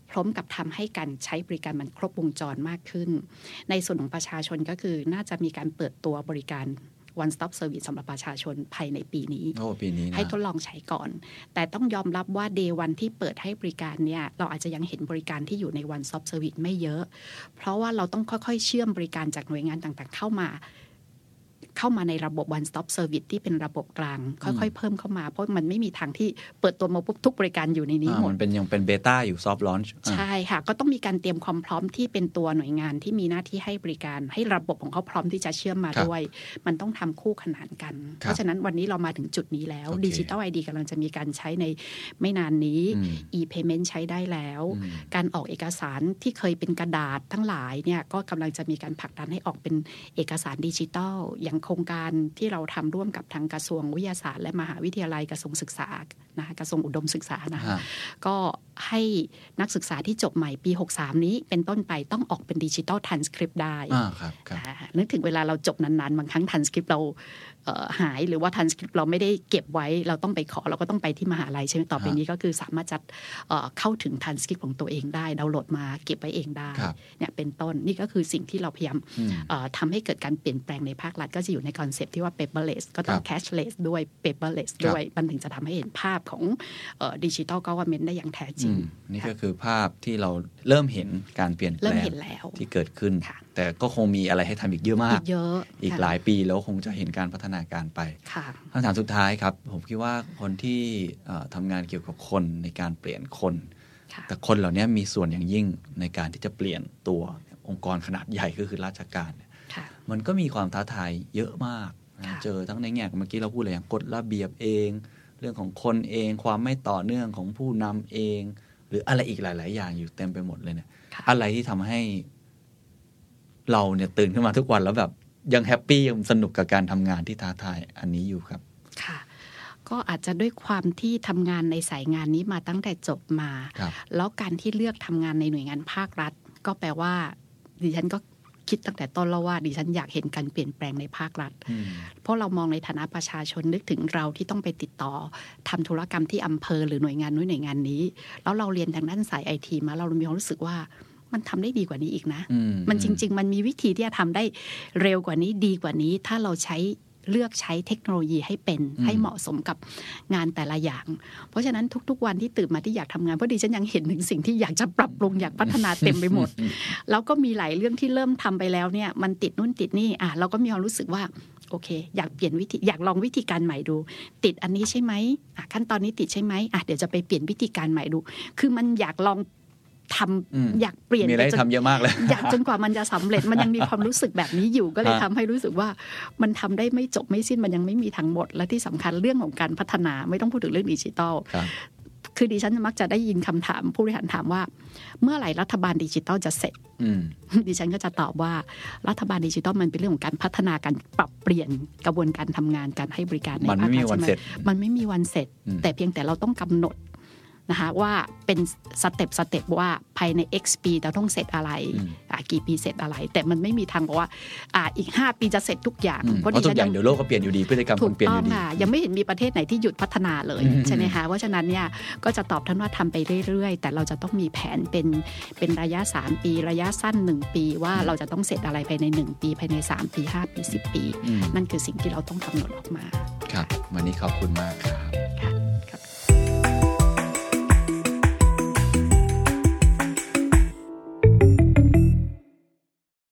พร้อมกับทำให้การใช้บริการมันครบวงจรมากขึ้นในส่วนของประชาชนก็คือน่าจะมีการเปิดตัวบริการone stop service สำหรับประชาชนภายในปีนี้โอ้ปีนี้นะให้ทดลองใช้ก่อนแต่ต้องยอมรับว่า day one ที่เปิดให้บริการเนี่ยเราอาจจะยังเห็นบริการที่อยู่ใน one stop service ไม่เยอะเพราะว่าเราต้องค่อยๆเชื่อมบริการจากหน่วยงานต่างๆเข้ามาเข้ามาในระบบ one stop service ที่เป็นระบบกลางค่อยๆเพิ่มเข้ามาเพราะมันไม่มีทางที่เปิดตัวมาปุ๊บทุกบริการอยู่ในนี้หมดมันเป็นยังเป็นเบต้าอยู่ soft launch ใช่ค่ะก็ต้องมีการเตรียมความพร้อมที่เป็นตัวหน่วยงานที่มีหน้าที่ให้บริการให้ระบบของเขาพร้อมที่จะเชื่อมมาด้วยมันต้องทำคู่ขนานกันเพราะฉะนั้นวันนี้เรามาถึงจุดนี้แล้ว Digital ไอ ดี กำลังจะมีการใช้ในไม่นานนี้ e-payment ใช้ได้แล้วการออกเอกสารที่เคยเป็นกระดาษทั้งหลายเนี่ยก็กำลังจะมีการผลักดันให้ออกเป็นเอกสารดิจิทัลอย่างโครงการที่เราทำร่วมกับทางกระทรวงวิทยาศาสตร์และมหาวิทยาลัยกระทรวงศึกษานะคะกระทรวงอุดมศึกษานะคะก็ให้นักศึกษาที่จบใหม่ปีหกสิบสามนี้เป็นต้นไปต้องออกเป็นดิจิทัลทรานสคริปต์ได้นึกถึงเวลาเราจบนานๆบางครั้งทรานสคริปต์เราหายหรือว่าทรานสคริปต์เราไม่ได้เก็บไว้เราต้องไปขอเราก็ต้องไปที่มหาลัยใช่ไหมต่อไปนี้ก็คือสามารถจะเข้าถึงทรานสคริปต์ของตัวเองได้ดาวน์โหลดมาเก็บไว้เองได้เนี่ยเป็นต้นนี่ก็คือสิ่งที่เราพยายามทำให้เกิดการเปลี่ยนแปลงในภาครัฐก็จะอยู่ในคอนเซปต์ที่ว่า paperless ก็ต้อง cashless ด้วย paperless ด้วยมันถึงจะทำให้เห็นภาพของดิจิทัลกอเวอร์เมนต์ได้อย่างแท้จริงนี่ก็คือภาพที่เราเริ่มเห็นการเปลี่ยนแปลงที่เกิดขึ้นแต่ก็คงมีอะไรให้ทำอีกเยอะมากอีกเยอะอีกหลายปีแล้วคงจะเห็นการพัฒนาการไปคำถามสุดท้ายครับผมคิดว่าคนที่ทำงานเกี่ยวกับคนในการเปลี่ยนคนแต่คนเหล่านี้มีส่วนอย่างยิ่งในการที่จะเปลี่ยนตัวองค์กรขนาดใหญ่ก็คือราชการมันก็มีความท้าทายเยอะมากเจอทั้งในแง่เมื่อกี้เราพูดอะไรอย่างกฎระเบียบเองเรื่องของคนเองความไม่ต่อเนื่องของผู้นำเองหรืออะไรอีกหลายๆอย่างอยู่เต็มไปหมดเลยเนี่ยอะไรที่ทำให้เราเนี่ยตื่นขึ้นมาทุกวันแล้วแบบยังแฮปปี้ยังสนุกกับการทำงานที่ท้าทายอันนี้อยู่ครับค่ะก็อาจจะด้วยความที่ทำงานในสายงานนี้มาตั้งแต่จบมาแล้วการที่เลือกทำงานในหน่วยงานภาครัฐก็แปลว่าดิฉันก็คิดตั้งแต่ต้นแล้วว่าดิฉันอยากเห็นการเปลี่ยนแปลงในภาครัฐเพราะเรามองในฐานะประชาชนนึกถึงเราที่ต้องไปติดต่อทำธุรกรรมที่อำเภอหรือหน่วยงานนู้นหน่วยงานนี้แล้วเราเรียนทางด้านสายไอทีมาเรามีความรู้สึกว่ามันทำได้ดีกว่านี้อีกนะมันจริงๆมันมีวิธีที่จะทำได้เร็วกว่านี้ดีกว่านี้ถ้าเราใช้เลือกใช้เทคโนโลยีให้เป็นให้เหมาะสมกับงานแต่ละอย่างเพราะฉะนั้นทุกๆวันที่ตื่นมาที่อยากทำงานเพราะดิฉันยังเห็นถึงสิ่งที่อยากจะปรับปรุงอยากพัฒนาเต็มไปหมดแล้วก็มีหลายเรื่องที่เริ่มทำไปแล้วเนี่ยมันติดนู่นติดนี่อ่ะเราก็มีความรู้สึกว่าโอเคอยากเปลี่ยนวิธีอยากลองวิธีการใหม่ดูติดอันนี้ใช่ไหมอ่ะขั้นตอนนี้ติดใช่ไหมอ่ะเดี๋ยวจะไปเปลี่ยนวิธีการใหม่ดูคือมันอยากลองทำอยากเปลี่ยนมีอะไรทำเยอะมากเลยอยากจนกว่ามันจะสำเร็จมันยังมีความรู้สึกแบบนี้อยู่ก็เลยทำให้รู้สึกว่ามันทำได้ไม่จบไม่สิ้นมันยังไม่มีทั้งหมดและที่สำคัญเรื่องของการพัฒนาไม่ต้องพูดถึงเรื่องดิจิทัลคือดิฉันมักจะได้ยินคำถามผู้บริหารถามว่าเมื่อไหร่รัฐบาลดิจิทัลจะเสร็จดิฉันก็จะตอบว่ารัฐบาลดิจิทัลมันเป็นเรื่องของการพัฒนาการปรับเปลี่ยนกระบวนการทำงานการให้บริการในภาครัฐมันไม่มีวันเสร็จมันไม่มีวันเสร็จแต่เพียงแต่เราต้องกำหนดนะคะว่าเป็นสเต็ปสเต็ปว่าภายใน X ปีเราต้องเสร็จอะไรกี่ปีเสร็จอะไรแต่มันไม่มีทางบอกว่าอ่าอีกห้าปีจะเสร็จทุกอย่างเพราะทุกอย่างเดี๋ยวโลกก็เปลี่ยนอยู่ดีพฤติกรรมคนเปลี่ยนอยู่ดียังไม่เห็นมีประเทศไหนที่หยุดพัฒนาเลยใช่ไหมคะเพราะฉะนั้นเนี่ยก็จะตอบท่านว่าทำไปเรื่อยๆแต่เราจะต้องมีแผนเป็นเป็นระยะสามปีระยะสั้นหนึ่งปีว่าเราจะต้องเสร็จอะไรภายในหนึ่งปีภายในสามปีห้าปีสิบปีนั่นคือสิ่งที่เราต้องกำหนดออกมาครับวันนี้ขอบคุณมากครับ